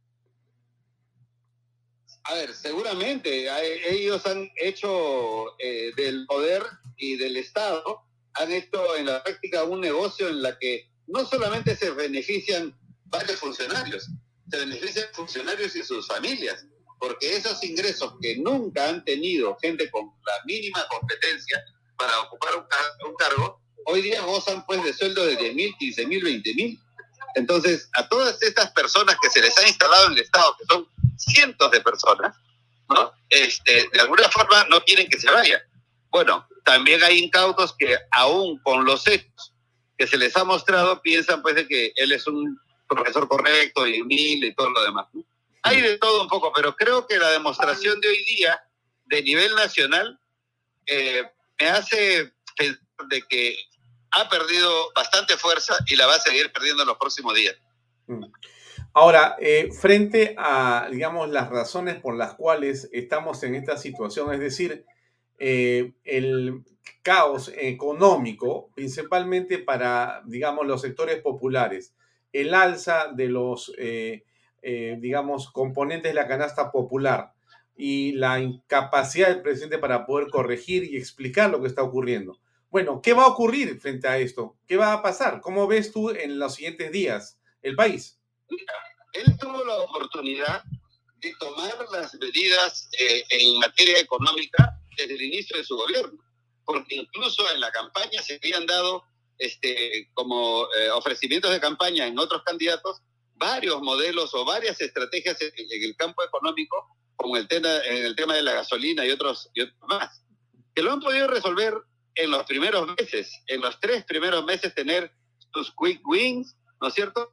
A ver, seguramente ellos han hecho del poder y del Estado, han hecho en la práctica un negocio en la que no solamente se benefician varios funcionarios, se benefician funcionarios y sus familias, porque esos ingresos que nunca han tenido gente con la mínima competencia para ocupar un cargo, hoy día gozan pues de sueldo de 10.000, 15.000, 20.000. Entonces, a todas estas personas que se les ha instalado en el Estado, que son cientos de personas, ¿no? De alguna forma no quieren que se vaya. Bueno, también hay incautos que aún con los hechos que se les ha mostrado piensan pues de que él es un profesor correcto y humilde y todo lo demás, ¿no? Hay de todo un poco, pero creo que la demostración de hoy día de nivel nacional me hace pensar de que ha perdido bastante fuerza y la va a seguir perdiendo en los próximos días. Ahora, frente a, digamos, las razones por las cuales estamos en esta situación, es decir, el caos económico, principalmente para, digamos, los sectores populares, el alza de los, digamos, componentes de la canasta popular y la incapacidad del presidente para poder corregir y explicar lo que está ocurriendo. Bueno, ¿qué va a ocurrir frente a esto? ¿Qué va a pasar? ¿Cómo ves tú en los siguientes días el país? Él tuvo la oportunidad de tomar las medidas en materia económica desde el inicio de su gobierno, porque incluso en la campaña se habían dado como ofrecimientos de campaña en otros candidatos varios modelos o varias estrategias en el campo económico, como en el tema de la gasolina y otros más, que lo han podido resolver en los primeros meses, en los 3 primeros meses tener sus quick wins, ¿no es cierto?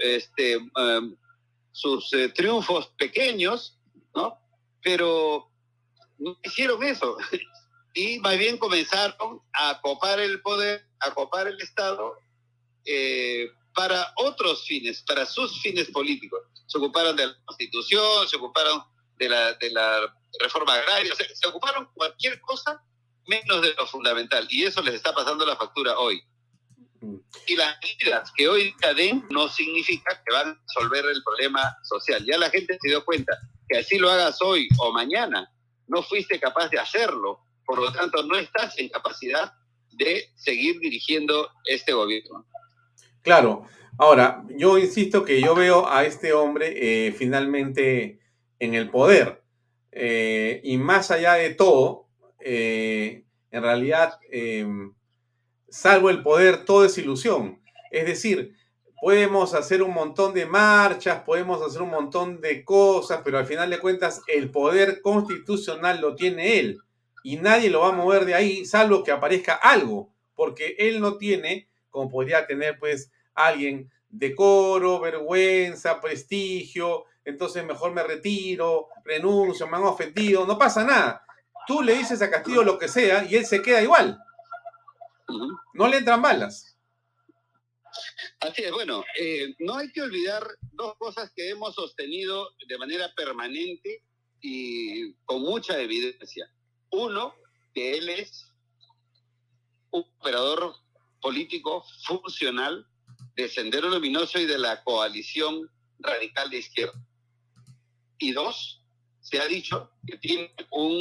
Sus triunfos pequeños, ¿no? Pero no hicieron eso. Y más bien comenzaron a acopar el poder, a acopar el Estado para otros fines, para sus fines políticos. Se ocuparon de la Constitución, se ocuparon de la reforma agraria, se ocuparon cualquier cosa menos de lo fundamental. Y eso les está pasando la factura hoy. Y las medidas que hoy den no significa que van a resolver el problema social. Ya la gente se dio cuenta que así lo hagas hoy o mañana, no fuiste capaz de hacerlo. Por lo tanto, no estás en capacidad de seguir dirigiendo este gobierno. Claro. Ahora, yo insisto que yo veo a este hombre finalmente en el poder. Y más allá de todo, en realidad, salvo el poder, todo es ilusión. Es decir, podemos hacer un montón de marchas, podemos hacer un montón de cosas, pero al final de cuentas el poder constitucional lo tiene él. Y nadie lo va a mover de ahí, salvo que aparezca algo, porque él no tiene, como podría tener pues alguien, decoro, vergüenza, prestigio, entonces mejor me retiro, renuncio, me han ofendido, no pasa nada. Tú le dices a Castillo lo que sea y él se queda igual. No le entran balas. Así es, bueno, no hay que olvidar dos cosas que hemos sostenido de manera permanente y con mucha evidencia. Uno, que él es un operador político funcional de Sendero Luminoso y de la coalición radical de izquierda. Y dos, se ha dicho que tiene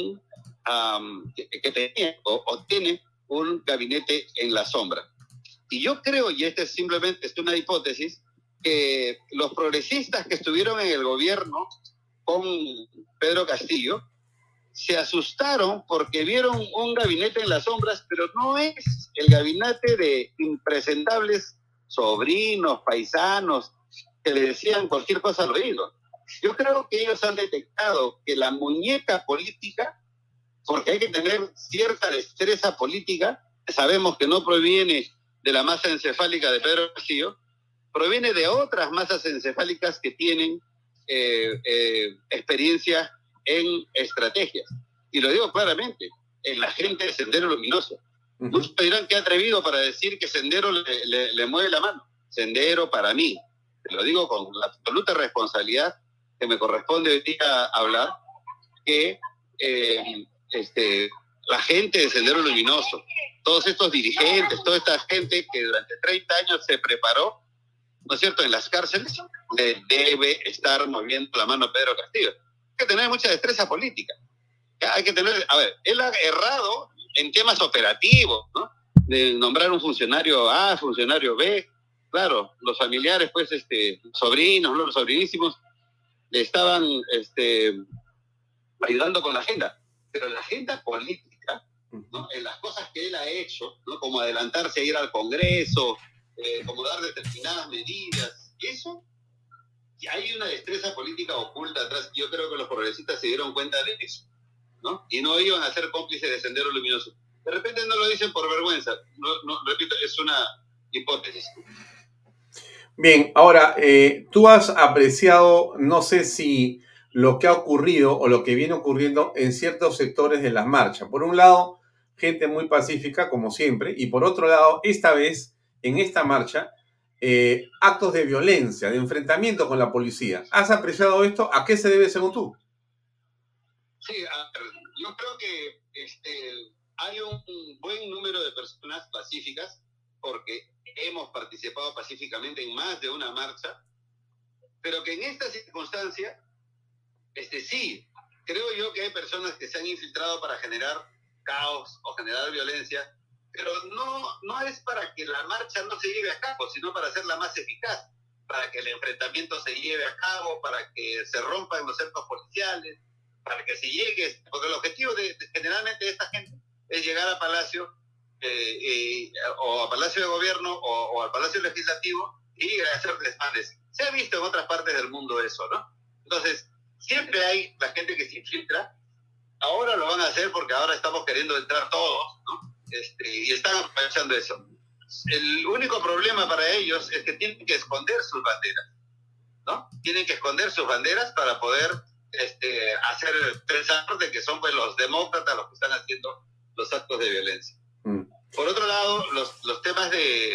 que tenía o tiene un gabinete en la sombra. Y yo creo, y esta es simplemente una hipótesis, que los progresistas que estuvieron en el gobierno con Pedro Castillo se asustaron porque vieron un gabinete en las sombras, pero no es el gabinete de impresentables sobrinos, paisanos, que le decían cualquier cosa al oído. Yo creo que ellos han detectado que la muñeca política, porque hay que tener cierta destreza política, sabemos que no proviene de la masa encefálica de Pedro Castillo, proviene de otras masas encefálicas que tienen experiencia en estrategias. Y lo digo claramente, en la gente de Sendero Luminoso. Muchos dirán que atrevido para decir que Sendero le mueve la mano. Sendero, para mí, te lo digo con la absoluta responsabilidad que me corresponde hoy día hablar, que la gente de Sendero Luminoso, todos estos dirigentes, toda esta gente que durante 30 años se preparó, ¿no es cierto?, en las cárceles, le debe estar moviendo la mano a Pedro Castillo. Hay que tener mucha destreza política. Hay que tener, a ver, él ha errado en temas operativos, ¿no? De nombrar un funcionario A, funcionario B. Claro, los familiares, pues, sobrinos, los sobrinísimos, le estaban ayudando con la agenda. Pero la agenda política, ¿no?, en las cosas que él ha hecho, ¿no?, como adelantarse a ir al Congreso, como dar determinadas medidas, eso, y hay una destreza política oculta atrás. Yo creo que los progresistas se dieron cuenta de eso, ¿no? Y no iban a ser cómplices de Sendero Luminoso. De repente no lo dicen por vergüenza. No, repito, es una hipótesis. Bien, ahora, tú has apreciado, no sé si lo que ha ocurrido o lo que viene ocurriendo en ciertos sectores de las marchas. Por un lado, gente muy pacífica, como siempre, y por otro lado, esta vez, en esta marcha, actos de violencia, de enfrentamiento con la policía. ¿Has apreciado esto? ¿A qué se debe según tú? Sí, yo creo que hay un buen número de personas pacíficas, porque hemos participado pacíficamente en más de una marcha, pero que en esta circunstancia, sí, creo yo que hay personas que se han infiltrado para generar caos o generar violencia, pero no es para que la marcha no se lleve a cabo, sino para hacerla más eficaz, para que el enfrentamiento se lleve a cabo, para que se rompan los cercos policiales, para que se llegue, porque el objetivo generalmente de esta gente es llegar a Palacio, o a Palacio de Gobierno o al Palacio Legislativo y hacer desmanes. Se ha visto en otras partes del mundo eso, ¿no? Entonces, siempre hay la gente que se infiltra. Ahora lo van a hacer porque ahora estamos queriendo entrar todos, ¿no? Y están aprovechando eso. El único problema para ellos es que tienen que esconder sus banderas, ¿no? Tienen que esconder sus banderas para poder hacer pensar de que son, pues, los demócratas los que están haciendo los actos de violencia. Por otro lado, los temas de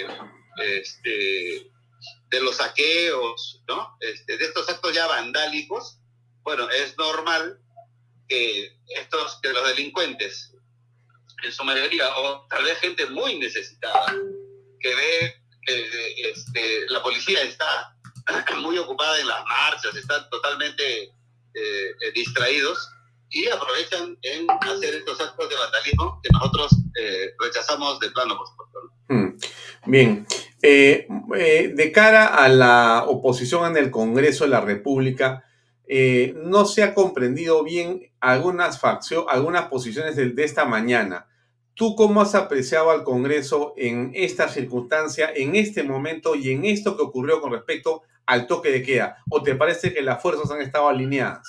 los saqueos, ¿no? De estos actos ya vandálicos, bueno, es normal que los delincuentes, en su mayoría, o tal vez gente muy necesitada, que ve que la policía está muy ocupada en las marchas, están totalmente distraídos, y aprovechan en hacer estos actos de vandalismo que nosotros rechazamos de plano, por supuesto. Bien. De cara a la oposición en el Congreso de la República, no se ha comprendido bien algunas posiciones de esta mañana. ¿Tú cómo has apreciado al Congreso en esta circunstancia, en este momento y en esto que ocurrió con respecto al toque de queda? ¿O te parece que las fuerzas han estado alineadas?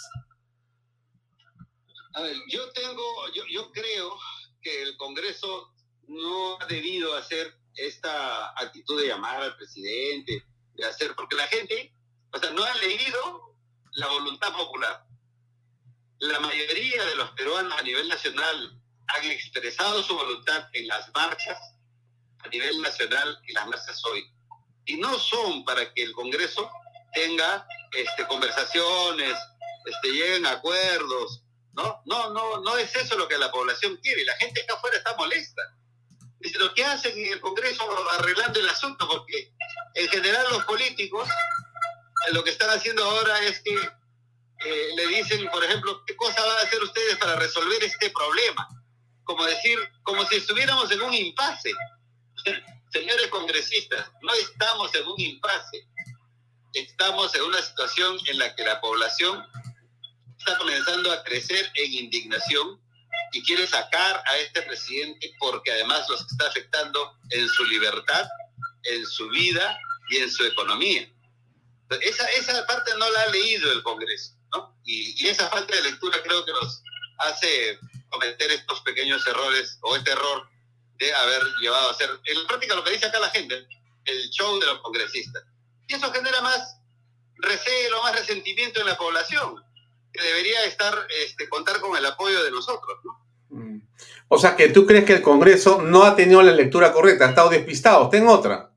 A ver, yo creo que el Congreso no ha debido hacer esta actitud de llamar al presidente, de hacer, porque la gente, no ha leído la voluntad popular. La mayoría de los peruanos a nivel nacional han expresado su voluntad en las marchas a nivel nacional y las marchas hoy. y no son para que el Congreso tenga conversaciones, lleguen a acuerdos. No es eso lo que la población quiere. La gente acá afuera está molesta. Dice, lo que hacen en el Congreso arreglando el asunto, porque en general los políticos lo que están haciendo ahora es que le dicen, por ejemplo, ¿qué cosa van a hacer ustedes para resolver este problema? Como si estuviéramos en un impasse. Señores congresistas, no estamos en un impasse. Estamos en una situación en la que la población está comenzando a crecer en indignación y quiere sacar a este presidente porque además los está afectando en su libertad, en su vida y en su economía. Esa parte no la ha leído el Congreso, ¿no? Y esa falta de lectura creo que nos hace cometer estos pequeños errores o este error de haber llevado a hacer, en práctica lo que dice acá la gente, el show de los congresistas. Y eso genera más recelo, más resentimiento en la población, que debería contar con el apoyo de nosotros, ¿no? O sea, que tú crees que el Congreso no ha tenido la lectura correcta, ha estado despistado. Ten otra.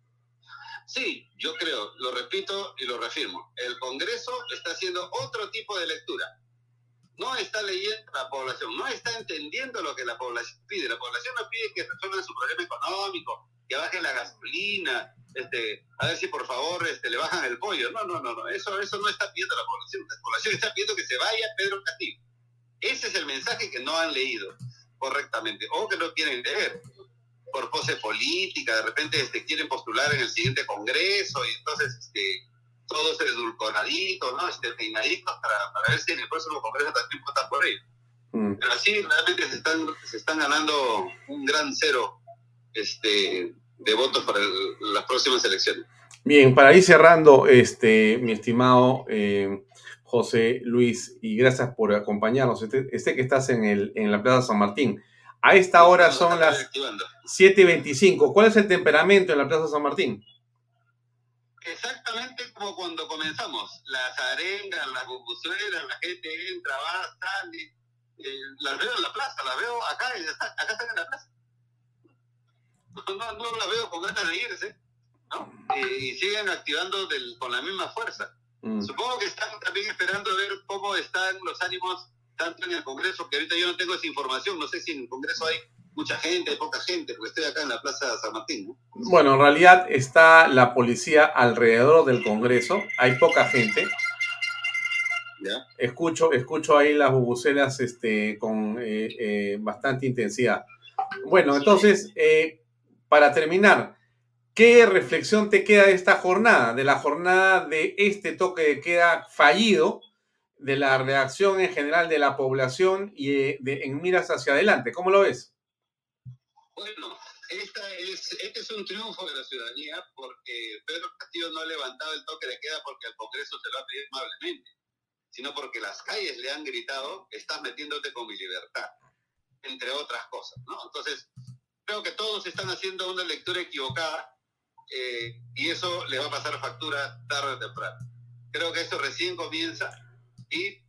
Sí, yo creo, lo repito y lo reafirmo. El Congreso está haciendo otro tipo de lectura. No está leyendo a la población, no está entendiendo lo que la población pide. La población no pide que resuelvan su problema económico, que bajen la gasolina, a ver si por favor le bajan el pollo. No, eso no está pidiendo la población. La población está pidiendo que se vaya Pedro Castillo. Ese es el mensaje que no han leído correctamente, o que no quieren leer, por pose política, de repente quieren postular en el siguiente Congreso, y entonces todos edulcoraditos, ¿no? Peinaditos para ver si en el próximo Congreso también votan por ellos. Pero así realmente se están ganando un gran cero de votos para las próximas elecciones. Bien, para ir cerrando, mi estimado José Luis, y gracias por acompañarnos. Que estás en la Plaza San Martín. A esta hora son las 7:25. ¿Cuál es el temperamento en la Plaza San Martín? Exactamente como cuando comenzamos. Las arengas, las bubuzuelas, la gente entra, va, sale. Las veo en la plaza, las veo acá están en la plaza. No las veo con ganas de irse, ¿no? Y siguen activando con la misma fuerza. Supongo que están también esperando ver cómo están los ánimos tanto en el Congreso, que ahorita yo no tengo esa información. No sé si en el Congreso hay mucha gente, hay poca gente, porque estoy acá en la Plaza San Martín, ¿no? Bueno, en realidad está la policía alrededor del Congreso, hay poca gente. ¿Ya? Escucho ahí las bubucelas con bastante intensidad. Bueno, entonces, para terminar, ¿qué reflexión te queda de esta jornada? De la jornada de este toque de queda fallido, de la reacción en general de la población y en miras hacia adelante. ¿Cómo lo ves? Bueno, este es un triunfo de la ciudadanía, porque Pedro Castillo no ha levantado el toque de queda porque el Congreso se lo ha pedido amablemente, sino porque las calles le han gritado: estás metiéndote con mi libertad, entre otras cosas, ¿no? Entonces, creo que todos están haciendo una lectura equivocada, y eso le va a pasar factura tarde o temprano. Creo que esto recién comienza y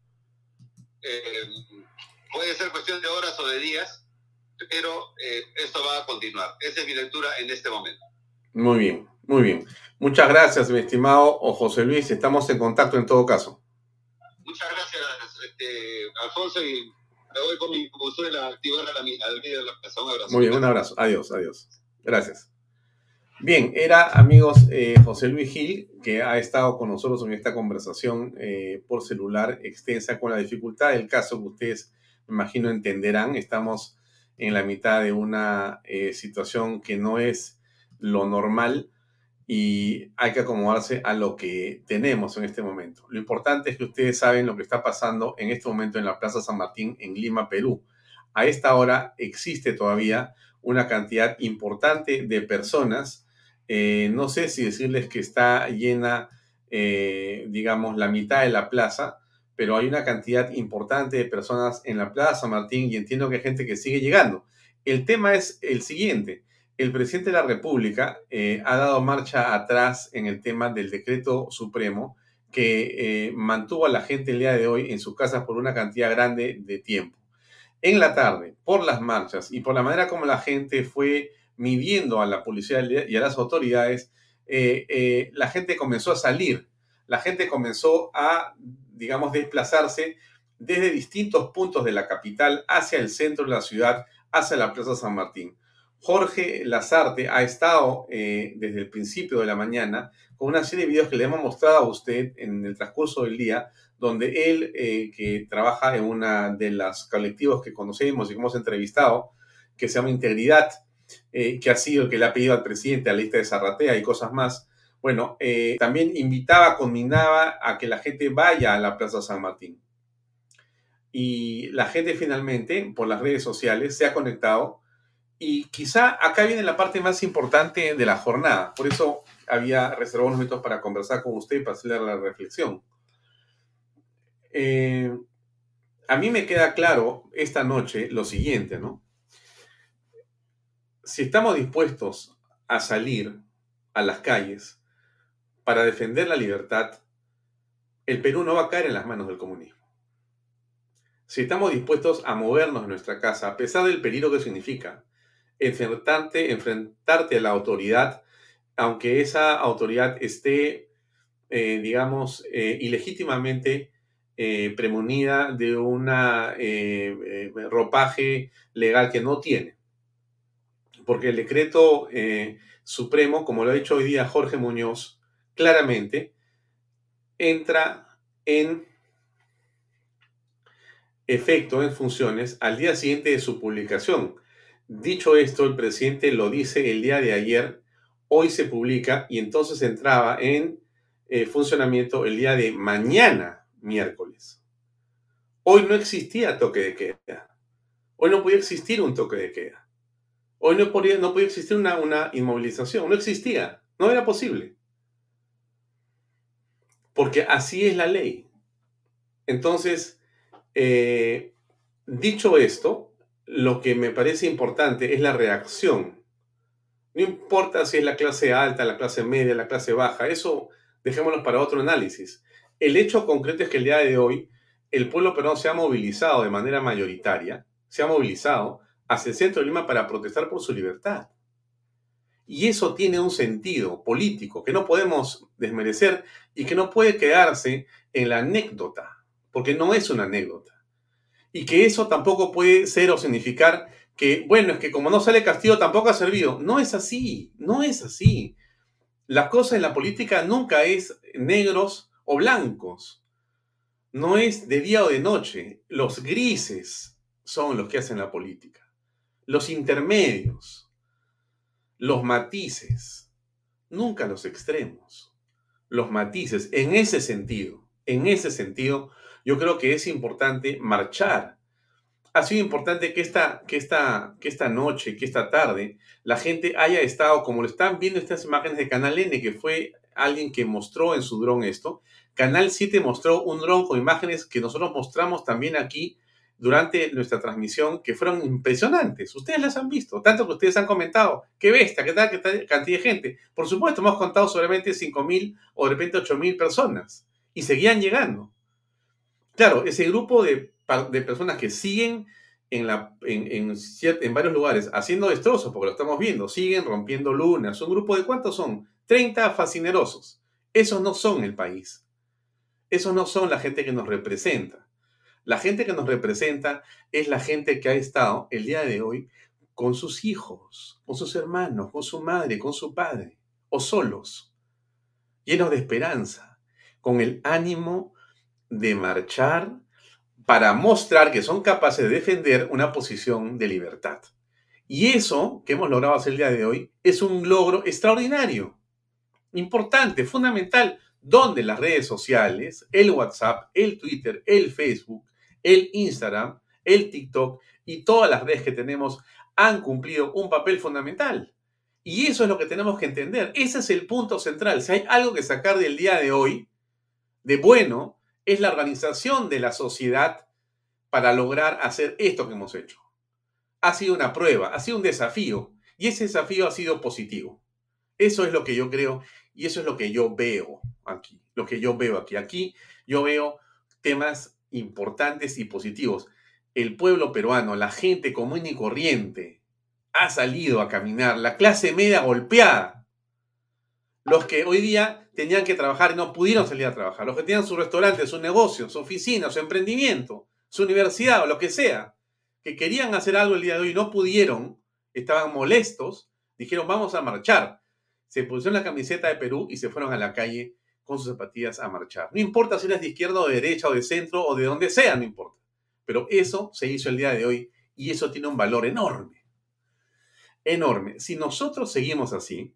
puede ser cuestión de horas o de días, pero esto va a continuar. Esa es mi lectura en este momento. Muy bien, muy bien. Muchas gracias, mi estimado José Luis. Estamos en contacto en todo caso. Muchas gracias, Alfonso, y me voy con mi buzuela a activar al vídeo de la casa. Un abrazo. Muy bien, un abrazo. Adiós. Gracias. Bien, era, amigos, José Luis Gil, que ha estado con nosotros en esta conversación por celular extensa, con la dificultad del caso que ustedes, me imagino, entenderán. Estamos en la mitad de una situación que no es lo normal y hay que acomodarse a lo que tenemos en este momento. Lo importante es que ustedes saben lo que está pasando en este momento en la Plaza San Martín, en Lima, Perú. A esta hora existe todavía una cantidad importante de personas. No sé si decirles que está llena, digamos, la mitad de la plaza, pero hay una cantidad importante de personas en la Plaza San Martín y entiendo que hay gente que sigue llegando. El tema es el siguiente. El presidente de la República ha dado marcha atrás en el tema del decreto supremo que mantuvo a la gente el día de hoy en sus casas por una cantidad grande de tiempo. En la tarde, por las marchas y por la manera como la gente fue midiendo a la policía y a las autoridades, la gente comenzó a salir, la gente comenzó a, digamos, desplazarse desde distintos puntos de la capital hacia el centro de la ciudad, hacia la Plaza San Martín. Jorge Lasarte ha estado desde el principio de la mañana con una serie de videos que le hemos mostrado a usted en el transcurso del día, donde él, que trabaja en una de los colectivos que conocemos y que hemos entrevistado, que se llama Integridad, que ha sido el que le ha pedido al presidente a la lista de Zarratea y cosas más. Bueno, también invitaba, conminaba a que la gente vaya a la Plaza San Martín. Y la gente finalmente, por las redes sociales, se ha conectado. Y quizá acá viene la parte más importante de la jornada. Por eso había reservado unos minutos para conversar con usted y para hacerle la reflexión. A mí me queda claro esta noche lo siguiente, ¿no? Si estamos dispuestos a salir a las calles para defender la libertad, el Perú no va a caer en las manos del comunismo. Si estamos dispuestos a movernos de nuestra casa, a pesar del peligro que significa enfrentarte a la autoridad, aunque esa autoridad esté, digamos, ilegítimamente premunida de un ropaje legal que no tiene. Porque el decreto supremo, como lo ha dicho hoy día Jorge Muñoz, claramente entra en efecto, en funciones, al día siguiente de su publicación. Dicho esto, el presidente lo dice el día de ayer, hoy se publica y entonces entraba en funcionamiento el día de mañana, miércoles. Hoy no existía toque de queda. Hoy no podía existir un toque de queda. Hoy no podía existir una inmovilización. No existía. No era posible. Porque así es la ley. Entonces, dicho esto, lo que me parece importante es la reacción. No importa si es la clase alta, la clase media, la clase baja. Eso dejémoslo para otro análisis. El hecho concreto es que el día de hoy el pueblo peruano se ha movilizado de manera mayoritaria, se ha movilizado hacia el centro de Lima para protestar por su libertad. Y eso tiene un sentido político que no podemos desmerecer y que no puede quedarse en la anécdota, porque no es una anécdota. Y que eso tampoco puede ser o significar que, bueno, es que como no sale Castillo tampoco ha servido. No es así, no es así. La cosa en la política nunca es negros o blancos. No es de día o de noche. Los grises son los que hacen la política. Los intermedios, los matices, nunca los extremos. Los matices, en ese sentido, yo creo que es importante marchar. Ha sido importante que esta noche, que esta tarde, la gente haya estado, como lo están viendo estas imágenes de Canal N, que fue alguien que mostró en su dron esto. Canal 7 mostró un dron con imágenes que nosotros mostramos también aquí durante nuestra transmisión, que fueron impresionantes. Ustedes las han visto, tanto que ustedes han comentado. ¡Qué bestia! ¿Qué tal cantidad de gente? Por supuesto, hemos contado solamente 5.000 o de repente 8.000 personas. Y seguían llegando. Claro, ese grupo de personas que siguen en varios lugares haciendo destrozos, porque lo estamos viendo, siguen rompiendo lunas. ¿Un grupo de cuántos son? 30 fascinerosos. Esos no son el país. Esos no son la gente que nos representa. La gente que nos representa es la gente que ha estado el día de hoy con sus hijos, con sus hermanos, con su madre, con su padre, o solos, llenos de esperanza, con el ánimo de marchar para mostrar que son capaces de defender una posición de libertad. Y eso que hemos logrado hacer el día de hoy es un logro extraordinario, importante, fundamental, donde las redes sociales, el WhatsApp, el Twitter, el Facebook, el Instagram, el TikTok y todas las redes que tenemos han cumplido un papel fundamental. Y eso es lo que tenemos que entender. Ese es el punto central. Si hay algo que sacar del día de hoy, de bueno, es la organización de la sociedad para lograr hacer esto que hemos hecho. Ha sido una prueba, ha sido un desafío, y ese desafío ha sido positivo. Eso es lo que yo creo y eso es lo que yo veo aquí. Aquí yo veo temas importantes y positivos. El pueblo peruano, la gente común y corriente, ha salido a caminar. La clase media golpeada, los que hoy día tenían que trabajar y no pudieron salir a trabajar, los que tenían su restaurante, su negocio, su oficina, su emprendimiento, su universidad o lo que sea, que querían hacer algo el día de hoy y no pudieron, estaban molestos, dijeron vamos a marchar. Se pusieron la camiseta de Perú y se fueron a la calle con sus zapatillas a marchar. No importa si eres de izquierda o de derecha o de centro o de donde sea, no importa. Pero eso se hizo el día de hoy y eso tiene un valor enorme. Enorme. Si nosotros seguimos así,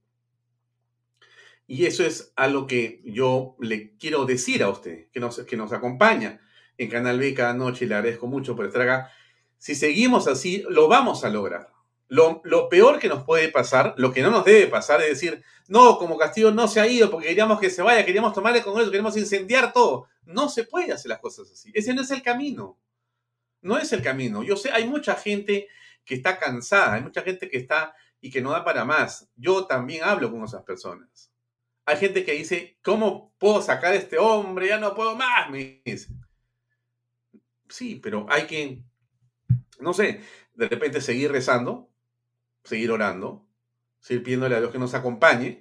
y eso es algo que yo le quiero decir a usted, que nos acompaña en Canal B cada noche, y le agradezco mucho por estar acá. Si seguimos así, lo vamos a lograr. Lo peor que nos puede pasar, lo que no nos debe pasar, es decir, no, como Castillo no se ha ido porque queríamos que se vaya, queríamos tomarle con eso, queríamos incendiar todo. No se puede hacer las cosas así. Ese no es el camino. No es el camino. Yo sé, hay mucha gente que está cansada, hay mucha gente que está y que no da para más. Yo también hablo con esas personas. Hay gente que dice, ¿cómo puedo sacar a este hombre? Ya no puedo más, me dice. Sí, pero hay que, no sé, de repente seguir rezando, seguir orando, seguir pidiéndole a Dios que nos acompañe,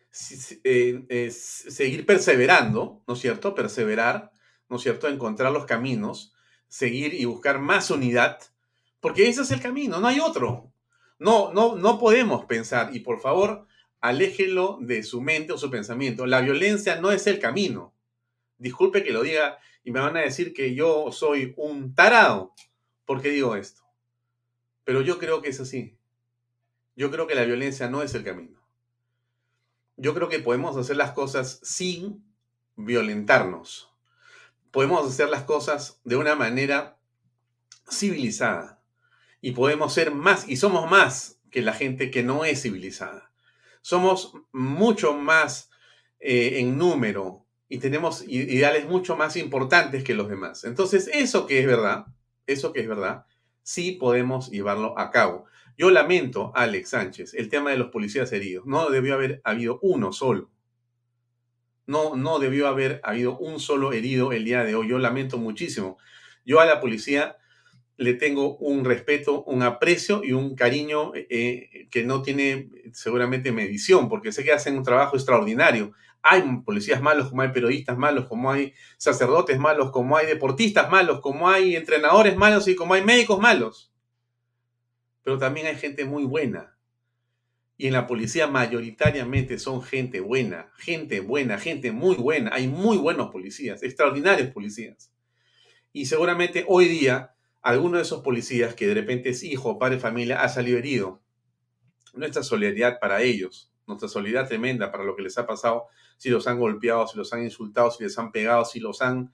seguir perseverando, ¿no es cierto? Perseverar, ¿no es cierto? Encontrar los caminos, seguir y buscar más unidad, porque ese es el camino, no hay otro. No podemos pensar, y por favor, aléjelo de su mente o su pensamiento. La violencia no es el camino. Disculpe que lo diga y me van a decir que yo soy un tarado porque digo esto. Pero yo creo que es así. Yo creo que la violencia no es el camino. Yo creo que podemos hacer las cosas sin violentarnos. Podemos hacer las cosas de una manera civilizada. Y podemos ser más, y somos más que la gente que no es civilizada. Somos mucho más en número y tenemos ideales mucho más importantes que los demás. Entonces, eso que es verdad, sí podemos llevarlo a cabo. Yo lamento, Alex Sánchez, el tema de los policías heridos. No debió haber habido uno solo. No debió haber habido un solo herido el día de hoy. Yo lamento muchísimo. Yo a la policía le tengo un respeto, un aprecio y un cariño que no tiene seguramente medición, porque sé que hacen un trabajo extraordinario. Hay policías malos, como hay periodistas malos, como hay sacerdotes malos, como hay deportistas malos, como hay entrenadores malos y como hay médicos malos. Pero también hay gente muy buena. Y en la policía mayoritariamente son gente buena, gente muy buena. Hay muy buenos policías, extraordinarios policías. Y seguramente hoy día alguno de esos policías que de repente es hijo o padre de familia ha salido herido. Nuestra solidaridad para ellos, nuestra solidaridad tremenda para lo que les ha pasado, si los han golpeado, si los han insultado, si les han pegado, si los han,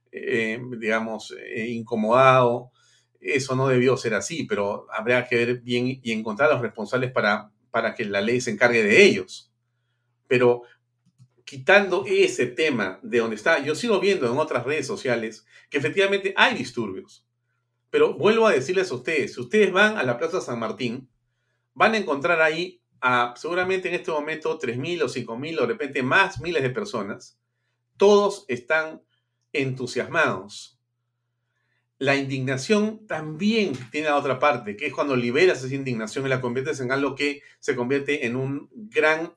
incomodado. Eso no debió ser así, pero habrá que ver bien y encontrar a los responsables para que la ley se encargue de ellos. Pero quitando ese tema de donde está, yo sigo viendo en otras redes sociales que efectivamente hay disturbios. Pero vuelvo a decirles a ustedes, si ustedes van a la Plaza San Martín, van a encontrar ahí seguramente en este momento 3.000 o 5.000 o de repente más miles de personas. Todos están entusiasmados. La indignación también tiene la otra parte, que es cuando liberas esa indignación y la conviertes en algo que se convierte en un gran,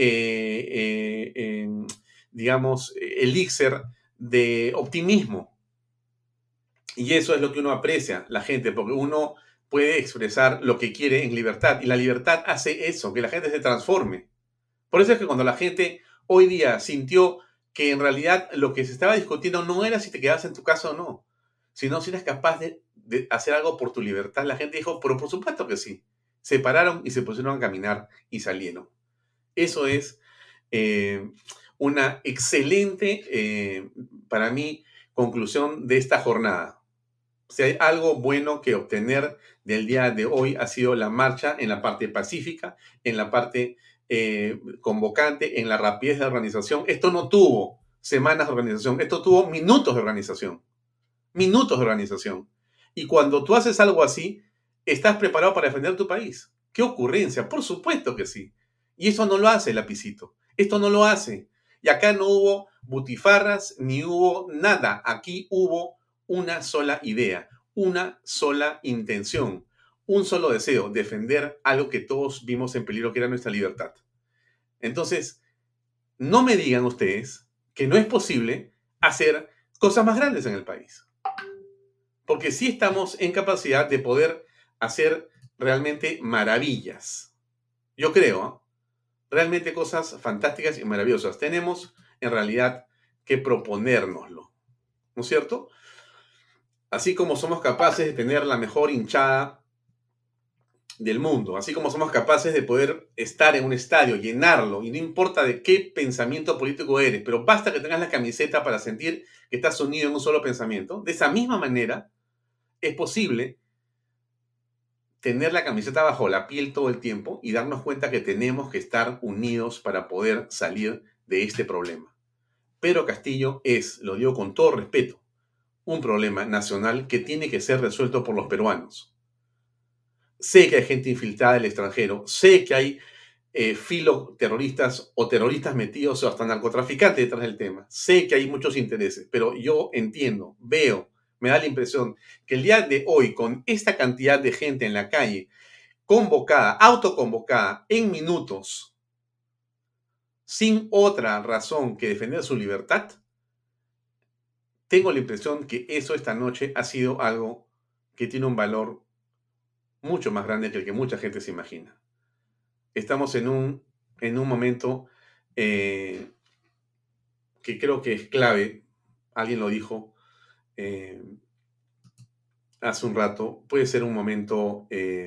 elixir de optimismo. Y eso es lo que uno aprecia, la gente, porque uno puede expresar lo que quiere en libertad. Y la libertad hace eso, que la gente se transforme. Por eso es que cuando la gente hoy día sintió que en realidad lo que se estaba discutiendo no era si te quedabas en tu casa o no, sino si eras capaz de hacer algo por tu libertad, la gente dijo, pero por supuesto que sí. Se pararon y se pusieron a caminar y salieron. Eso es una excelente, para mí, conclusión de esta jornada. Si hay algo bueno que obtener del día de hoy ha sido la marcha en la parte pacífica, en la parte convocante, en la rapidez de organización. Esto no tuvo semanas de organización, esto tuvo minutos de organización. Minutos de organización. Y cuando tú haces algo así, ¿estás preparado para defender tu país? ¡Qué ocurrencia! Por supuesto que sí. Y eso no lo hace el lapicito. Esto no lo hace. Y acá no hubo butifarras ni hubo nada. Aquí hubo una sola idea, una sola intención, un solo deseo, defender algo que todos vimos en peligro, que era nuestra libertad. Entonces, no me digan ustedes que no es posible hacer cosas más grandes en el país. Porque sí estamos en capacidad de poder hacer realmente maravillas. Yo creo, realmente cosas fantásticas y maravillosas. Tenemos en realidad que proponérnoslo, ¿no es cierto? Así como somos capaces de tener la mejor hinchada del mundo, así como somos capaces de poder estar en un estadio, llenarlo, y no importa de qué pensamiento político eres, pero basta que tengas la camiseta para sentir que estás unido en un solo pensamiento. De esa misma manera, es posible tener la camiseta bajo la piel todo el tiempo y darnos cuenta que tenemos que estar unidos para poder salir de este problema. Pedro Castillo es, lo digo con todo respeto, un problema nacional que tiene que ser resuelto por los peruanos. Sé que hay gente infiltrada del extranjero, sé que hay filoterroristas o terroristas metidos o hasta narcotraficantes detrás del tema. Sé que hay muchos intereses, pero yo entiendo, veo, me da la impresión que el día de hoy, con esta cantidad de gente en la calle, convocada, autoconvocada, en minutos, sin otra razón que defender su libertad, tengo la impresión que eso esta noche ha sido algo que tiene un valor mucho más grande que el que mucha gente se imagina. Estamos en un momento que creo que es clave. Alguien lo dijo hace un rato. Puede ser un momento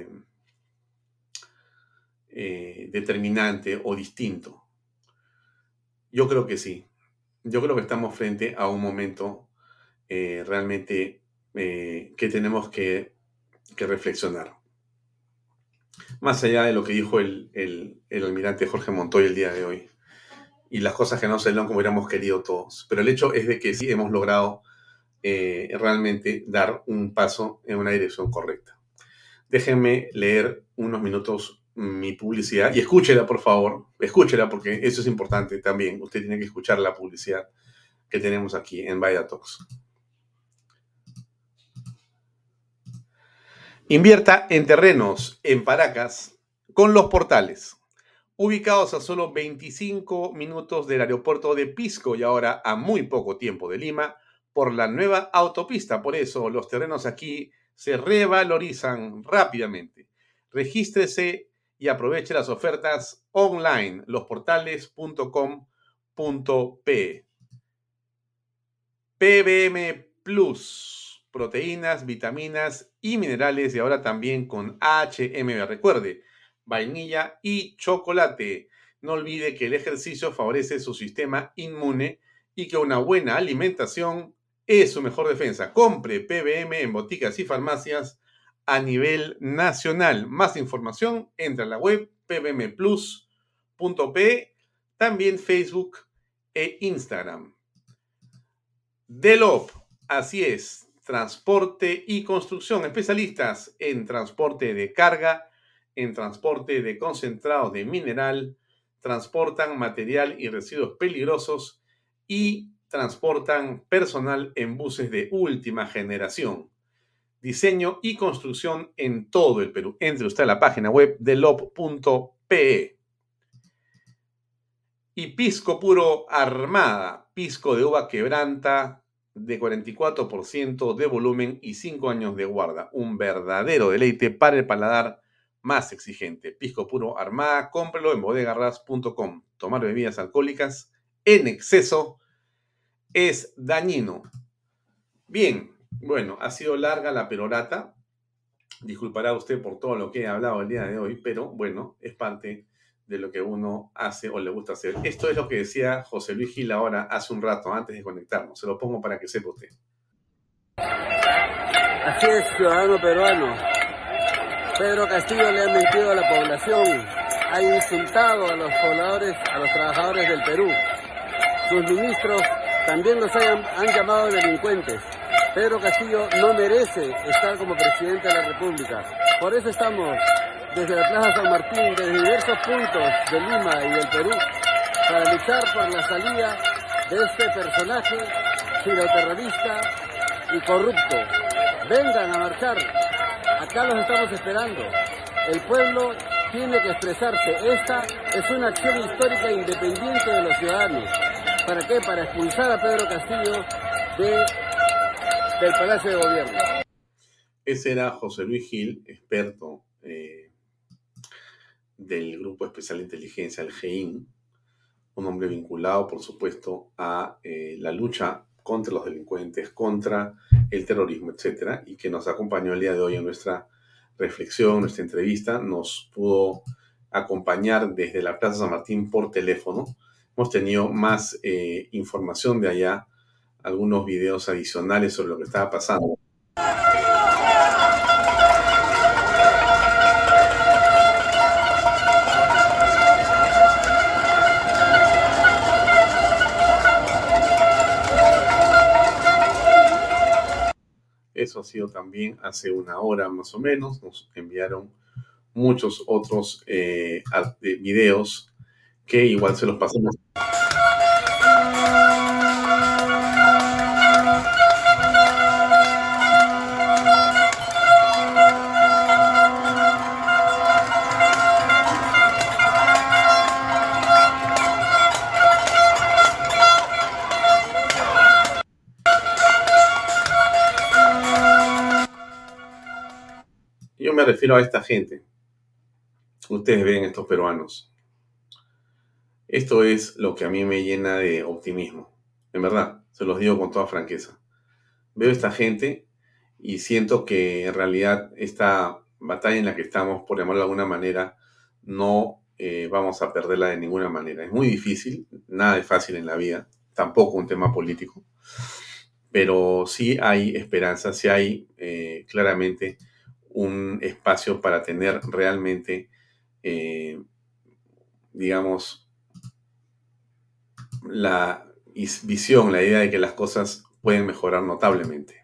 determinante o distinto. Yo creo que sí. Yo creo que estamos frente a un momento realmente que tenemos que reflexionar. Más allá de lo que dijo el almirante Jorge Montoya el día de hoy y las cosas que no salieron como hubiéramos querido todos. Pero el hecho es de que sí hemos logrado realmente dar un paso en una dirección correcta. Déjenme leer unos minutos mi publicidad y escúchela, por favor. Escúchela porque eso es importante también. Usted tiene que escuchar la publicidad que tenemos aquí en Vaya Talks. Invierta en terrenos en Paracas con Los Portales, ubicados a solo 25 minutos del aeropuerto de Pisco y ahora a muy poco tiempo de Lima por la nueva autopista. Por eso los terrenos aquí se revalorizan rápidamente. Regístrese y aproveche las ofertas online, losportales.com.pe. PBM Plus. Proteínas, vitaminas y minerales y ahora también con HMB. Recuerde, vainilla y chocolate. No olvide que el ejercicio favorece su sistema inmune y que una buena alimentación es su mejor defensa. Compre PBM en boticas y farmacias a nivel nacional. Más información, entra a la web pbmplus.pe, también Facebook e Instagram. Delop, así es. Transporte y construcción, especialistas en transporte de carga, en transporte de concentrados de mineral, transportan material y residuos peligrosos y transportan personal en buses de última generación. Diseño y construcción en todo el Perú. Entre usted a la página web delop.pe. Y Pisco Puro Armada, pisco de uva quebranta, de 44% de volumen y 5 años de guarda. Un verdadero deleite para el paladar más exigente. Pisco Puro Armada, cómprelo en bodegarras.com. Tomar bebidas alcohólicas en exceso es dañino. Bien, bueno, ha sido larga la perorata. Disculpará usted por todo lo que he hablado el día de hoy, pero bueno, es parte de lo que uno hace o le gusta hacer. Esto es lo que decía José Luis Gil ahora hace un rato, antes de conectarnos. Se lo pongo para que sepa usted. Así es, ciudadano peruano. Pedro Castillo le ha mentido a la población, ha insultado a los pobladores, a los trabajadores del Perú. Sus ministros también los han llamado delincuentes. Pedro Castillo no merece estar como presidente de la República. Por eso estamos desde la Plaza San Martín, desde diversos puntos de Lima y del Perú, para luchar por la salida de este personaje filoterrorista y corrupto. Vengan a marchar, acá los estamos esperando. El pueblo tiene que expresarse. Esta es una acción histórica independiente de los ciudadanos. ¿Para qué? Para expulsar a Pedro Castillo del Palacio de Gobierno. Ese era José Luis Gil, experto del Grupo Especial de Inteligencia, el GEIN, un hombre vinculado, por supuesto, a la lucha contra los delincuentes, contra el terrorismo, etcétera, y que nos acompañó el día de hoy en nuestra reflexión, nuestra entrevista. Nos pudo acompañar desde la Plaza San Martín por teléfono. Hemos tenido más información de allá, algunos videos adicionales sobre lo que estaba pasando. Eso ha sido también hace una hora más o menos. Nos enviaron muchos otros videos que igual se los pasamos. Yo me refiero a esta gente. Ustedes ven estos peruanos. Esto es lo que a mí me llena de optimismo. En verdad, se los digo con toda franqueza. Veo esta gente y siento que en realidad esta batalla en la que estamos, por llamarlo de alguna manera, no vamos a perderla de ninguna manera. Es muy difícil, nada es fácil en la vida, tampoco un tema político, pero sí hay esperanza, sí hay claramente un espacio para tener realmente, digamos, la visión, la idea de que las cosas pueden mejorar notablemente.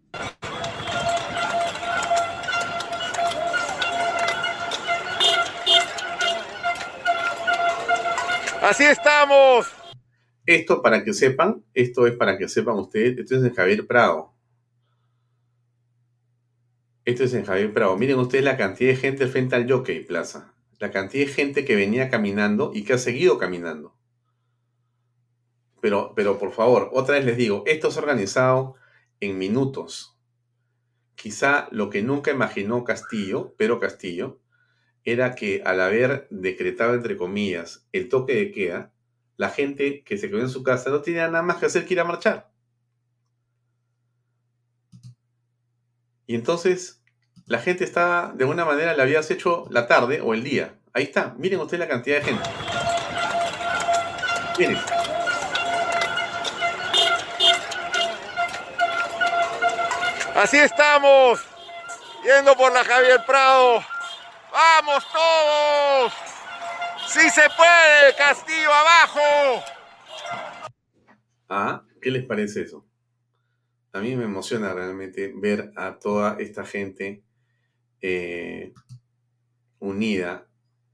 Así estamos. Esto para que sepan, esto es para que sepan ustedes, esto es en Javier Prado. Esto es en Javier Prado. Miren ustedes la cantidad de gente frente al Jockey Plaza. La cantidad de gente que venía caminando y que ha seguido caminando. Pero por favor, otra vez les digo, esto es organizado en minutos. Quizá lo que nunca imaginó Pedro Castillo, era que al haber decretado, entre comillas, el toque de queda, la gente que se quedó en su casa no tenía nada más que hacer que ir a marchar. Y entonces la gente estaba, de alguna manera, le habías hecho la tarde o el día. Ahí está, miren ustedes la cantidad de gente. Miren. Así estamos, yendo por la Javier Prado. ¡Vamos todos! ¡Sí se puede! ¡Castillo abajo! Ah, ¿qué les parece eso? A mí me emociona realmente ver a toda esta gente unida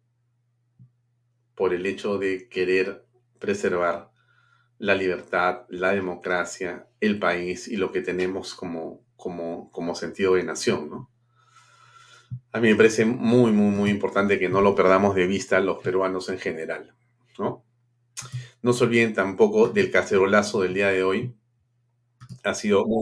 por el hecho de querer preservar la libertad, la democracia, el país y lo que tenemos como sentido de nación, ¿no? A mí me parece muy, muy, muy importante que no lo perdamos de vista los peruanos en general, ¿no? No se olviden tampoco del cacerolazo del día de hoy. Ha sido muy...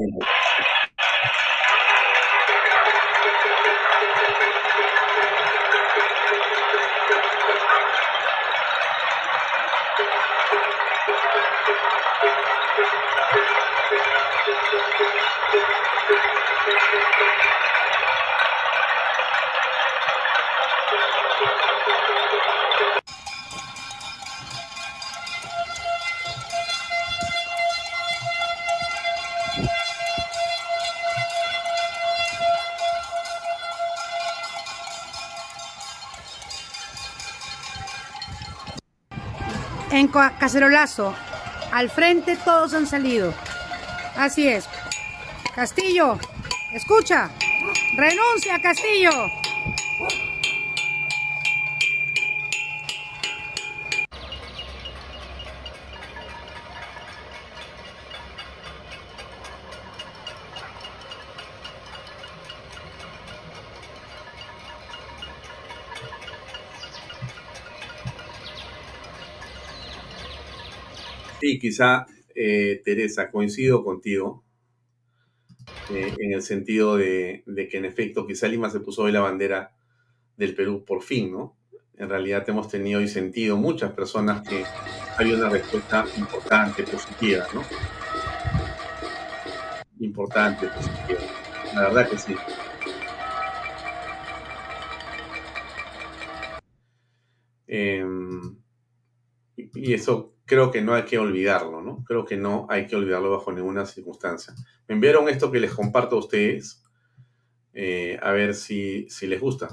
En cacerolazo, al frente todos han salido. Así es. Castillo, escucha. Renuncia, Castillo. Sí, quizá, Teresa, coincido contigo en el sentido de que en efecto quizá Lima se puso hoy la bandera del Perú por fin, ¿no? En realidad hemos tenido y sentido muchas personas que hay una respuesta importante, positiva, ¿no? Importante, positiva. La verdad que sí. Y eso creo que no hay que olvidarlo, ¿no? Creo que no hay que olvidarlo bajo ninguna circunstancia. Me enviaron esto que les comparto a ustedes, a ver si les gusta.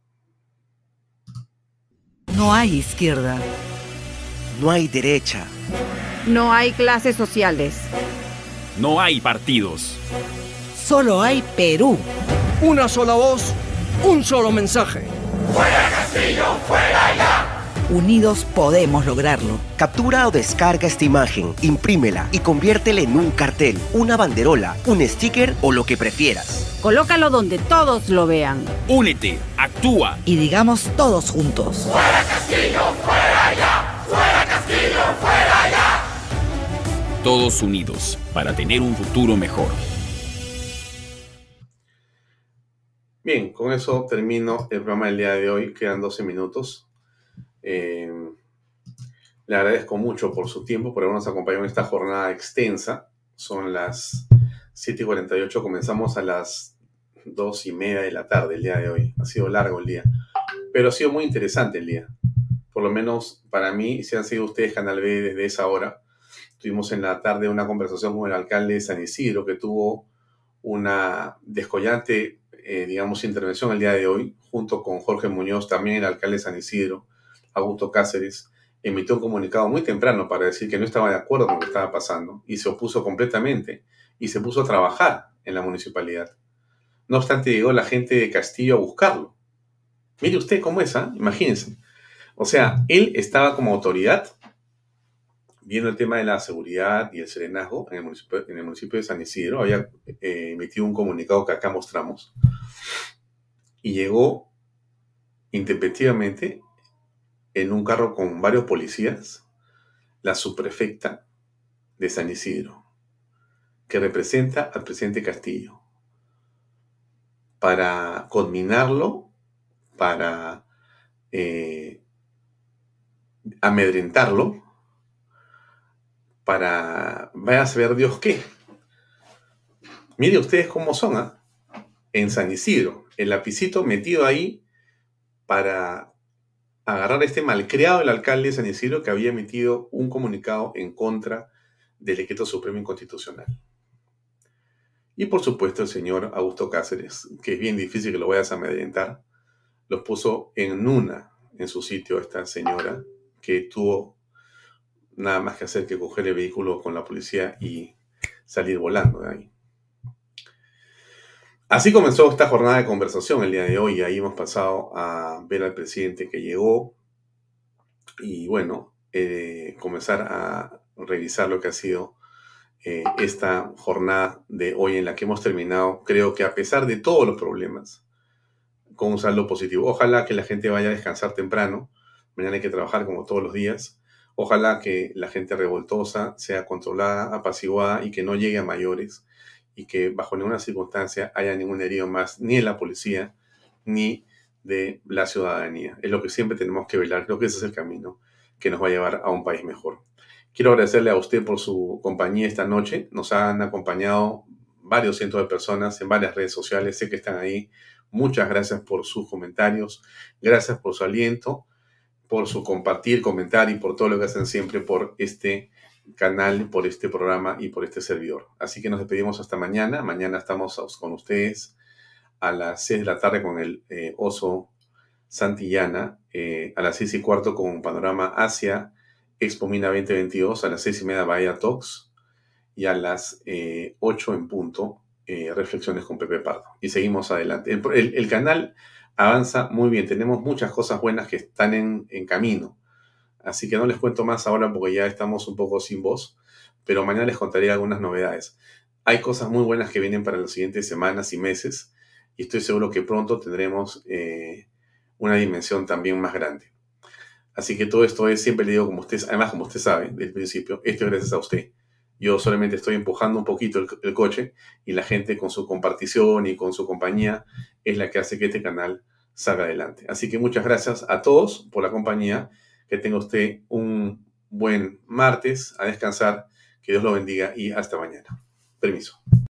No hay izquierda. No hay derecha. No hay clases sociales. No hay partidos. Solo hay Perú. Una sola voz, un solo mensaje. ¡Fuera Castillo, fuera ya! Unidos podemos lograrlo. Captura o descarga esta imagen, imprímela y conviértela en un cartel, una banderola, un sticker o lo que prefieras. Colócalo donde todos lo vean. Únete, actúa y digamos todos juntos. ¡Fuera Castillo, fuera ya! ¡Fuera Castillo, fuera ya! Todos unidos para tener un futuro mejor. Bien, con eso termino el programa del día de hoy. Quedan 12 minutos. Le agradezco mucho por su tiempo, por habernos acompañado en esta jornada extensa. Son las 7:48, comenzamos a las 2:30 de la tarde el día de hoy. Ha sido largo el día, pero ha sido muy interesante el día. Por lo menos para mí, si han sido ustedes Canal B desde esa hora, tuvimos en la tarde una conversación con el alcalde de San Isidro, que tuvo una descollante, intervención el día de hoy, junto con Jorge Muñoz, también el alcalde de San Isidro, Augusto Cáceres, emitió un comunicado muy temprano para decir que no estaba de acuerdo con lo que estaba pasando y se opuso completamente y se puso a trabajar en la municipalidad. No obstante, llegó la gente de Castillo a buscarlo. Mire usted cómo es, imagínense. O sea, él estaba como autoridad viendo el tema de la seguridad y el serenazgo en el municipio de San Isidro. Había emitido un comunicado que acá mostramos y llegó intempestivamente en un carro con varios policías, la subprefecta de San Isidro, que representa al presidente Castillo, para conminarlo, para amedrentarlo, para vaya a saber Dios qué. Mire ustedes cómo son, en San Isidro, el lapicito metido ahí para agarrar a este malcriado del alcalde de San Isidro, que había emitido un comunicado en contra del decreto supremo inconstitucional. Y por supuesto el señor Augusto Cáceres, que es bien difícil que lo vayas a amedrentar, los puso en su sitio esta señora, que tuvo nada más que hacer que coger el vehículo con la policía y salir volando de ahí. Así comenzó esta jornada de conversación el día de hoy, y ahí hemos pasado a ver al presidente que llegó y bueno, comenzar a revisar lo que ha sido esta jornada de hoy, en la que hemos terminado, creo que a pesar de todos los problemas, con un saldo positivo. Ojalá que la gente vaya a descansar temprano, mañana hay que trabajar como todos los días. Ojalá que la gente revoltosa sea controlada, apaciguada y que no llegue a mayores, y que bajo ninguna circunstancia haya ningún herido más, ni en la policía, ni de la ciudadanía. Es lo que siempre tenemos que velar. Creo que ese es el camino que nos va a llevar a un país mejor. Quiero agradecerle a usted por su compañía esta noche. Nos han acompañado varios cientos de personas en varias redes sociales. Sé que están ahí. Muchas gracias por sus comentarios. Gracias por su aliento, por su compartir, comentar y por todo lo que hacen siempre por este canal, por este programa y por este servidor. Así que nos despedimos hasta mañana. Mañana estamos con ustedes a las 6 de la tarde con el Oso Santillana, a las 6:15 con Panorama Asia, Expo Mina 2022, a las 6:30 Bahía Talks y a las 8 en punto Reflexiones con Pepe Pardo. Y seguimos adelante. El canal avanza muy bien. Tenemos muchas cosas buenas que están en camino. Así que no les cuento más ahora porque ya estamos un poco sin voz, pero mañana les contaré algunas novedades. Hay cosas muy buenas que vienen para las siguientes semanas y meses, y estoy seguro que pronto tendremos una dimensión también más grande. Así que todo esto es, siempre le digo, como usted, además como usted sabe, del principio, esto es gracias a usted. Yo solamente estoy empujando un poquito el coche y la gente con su compartición y con su compañía es la que hace que este canal salga adelante. Así que muchas gracias a todos por la compañía. Que tenga usted un buen martes, a descansar, que Dios lo bendiga y hasta mañana. Permiso.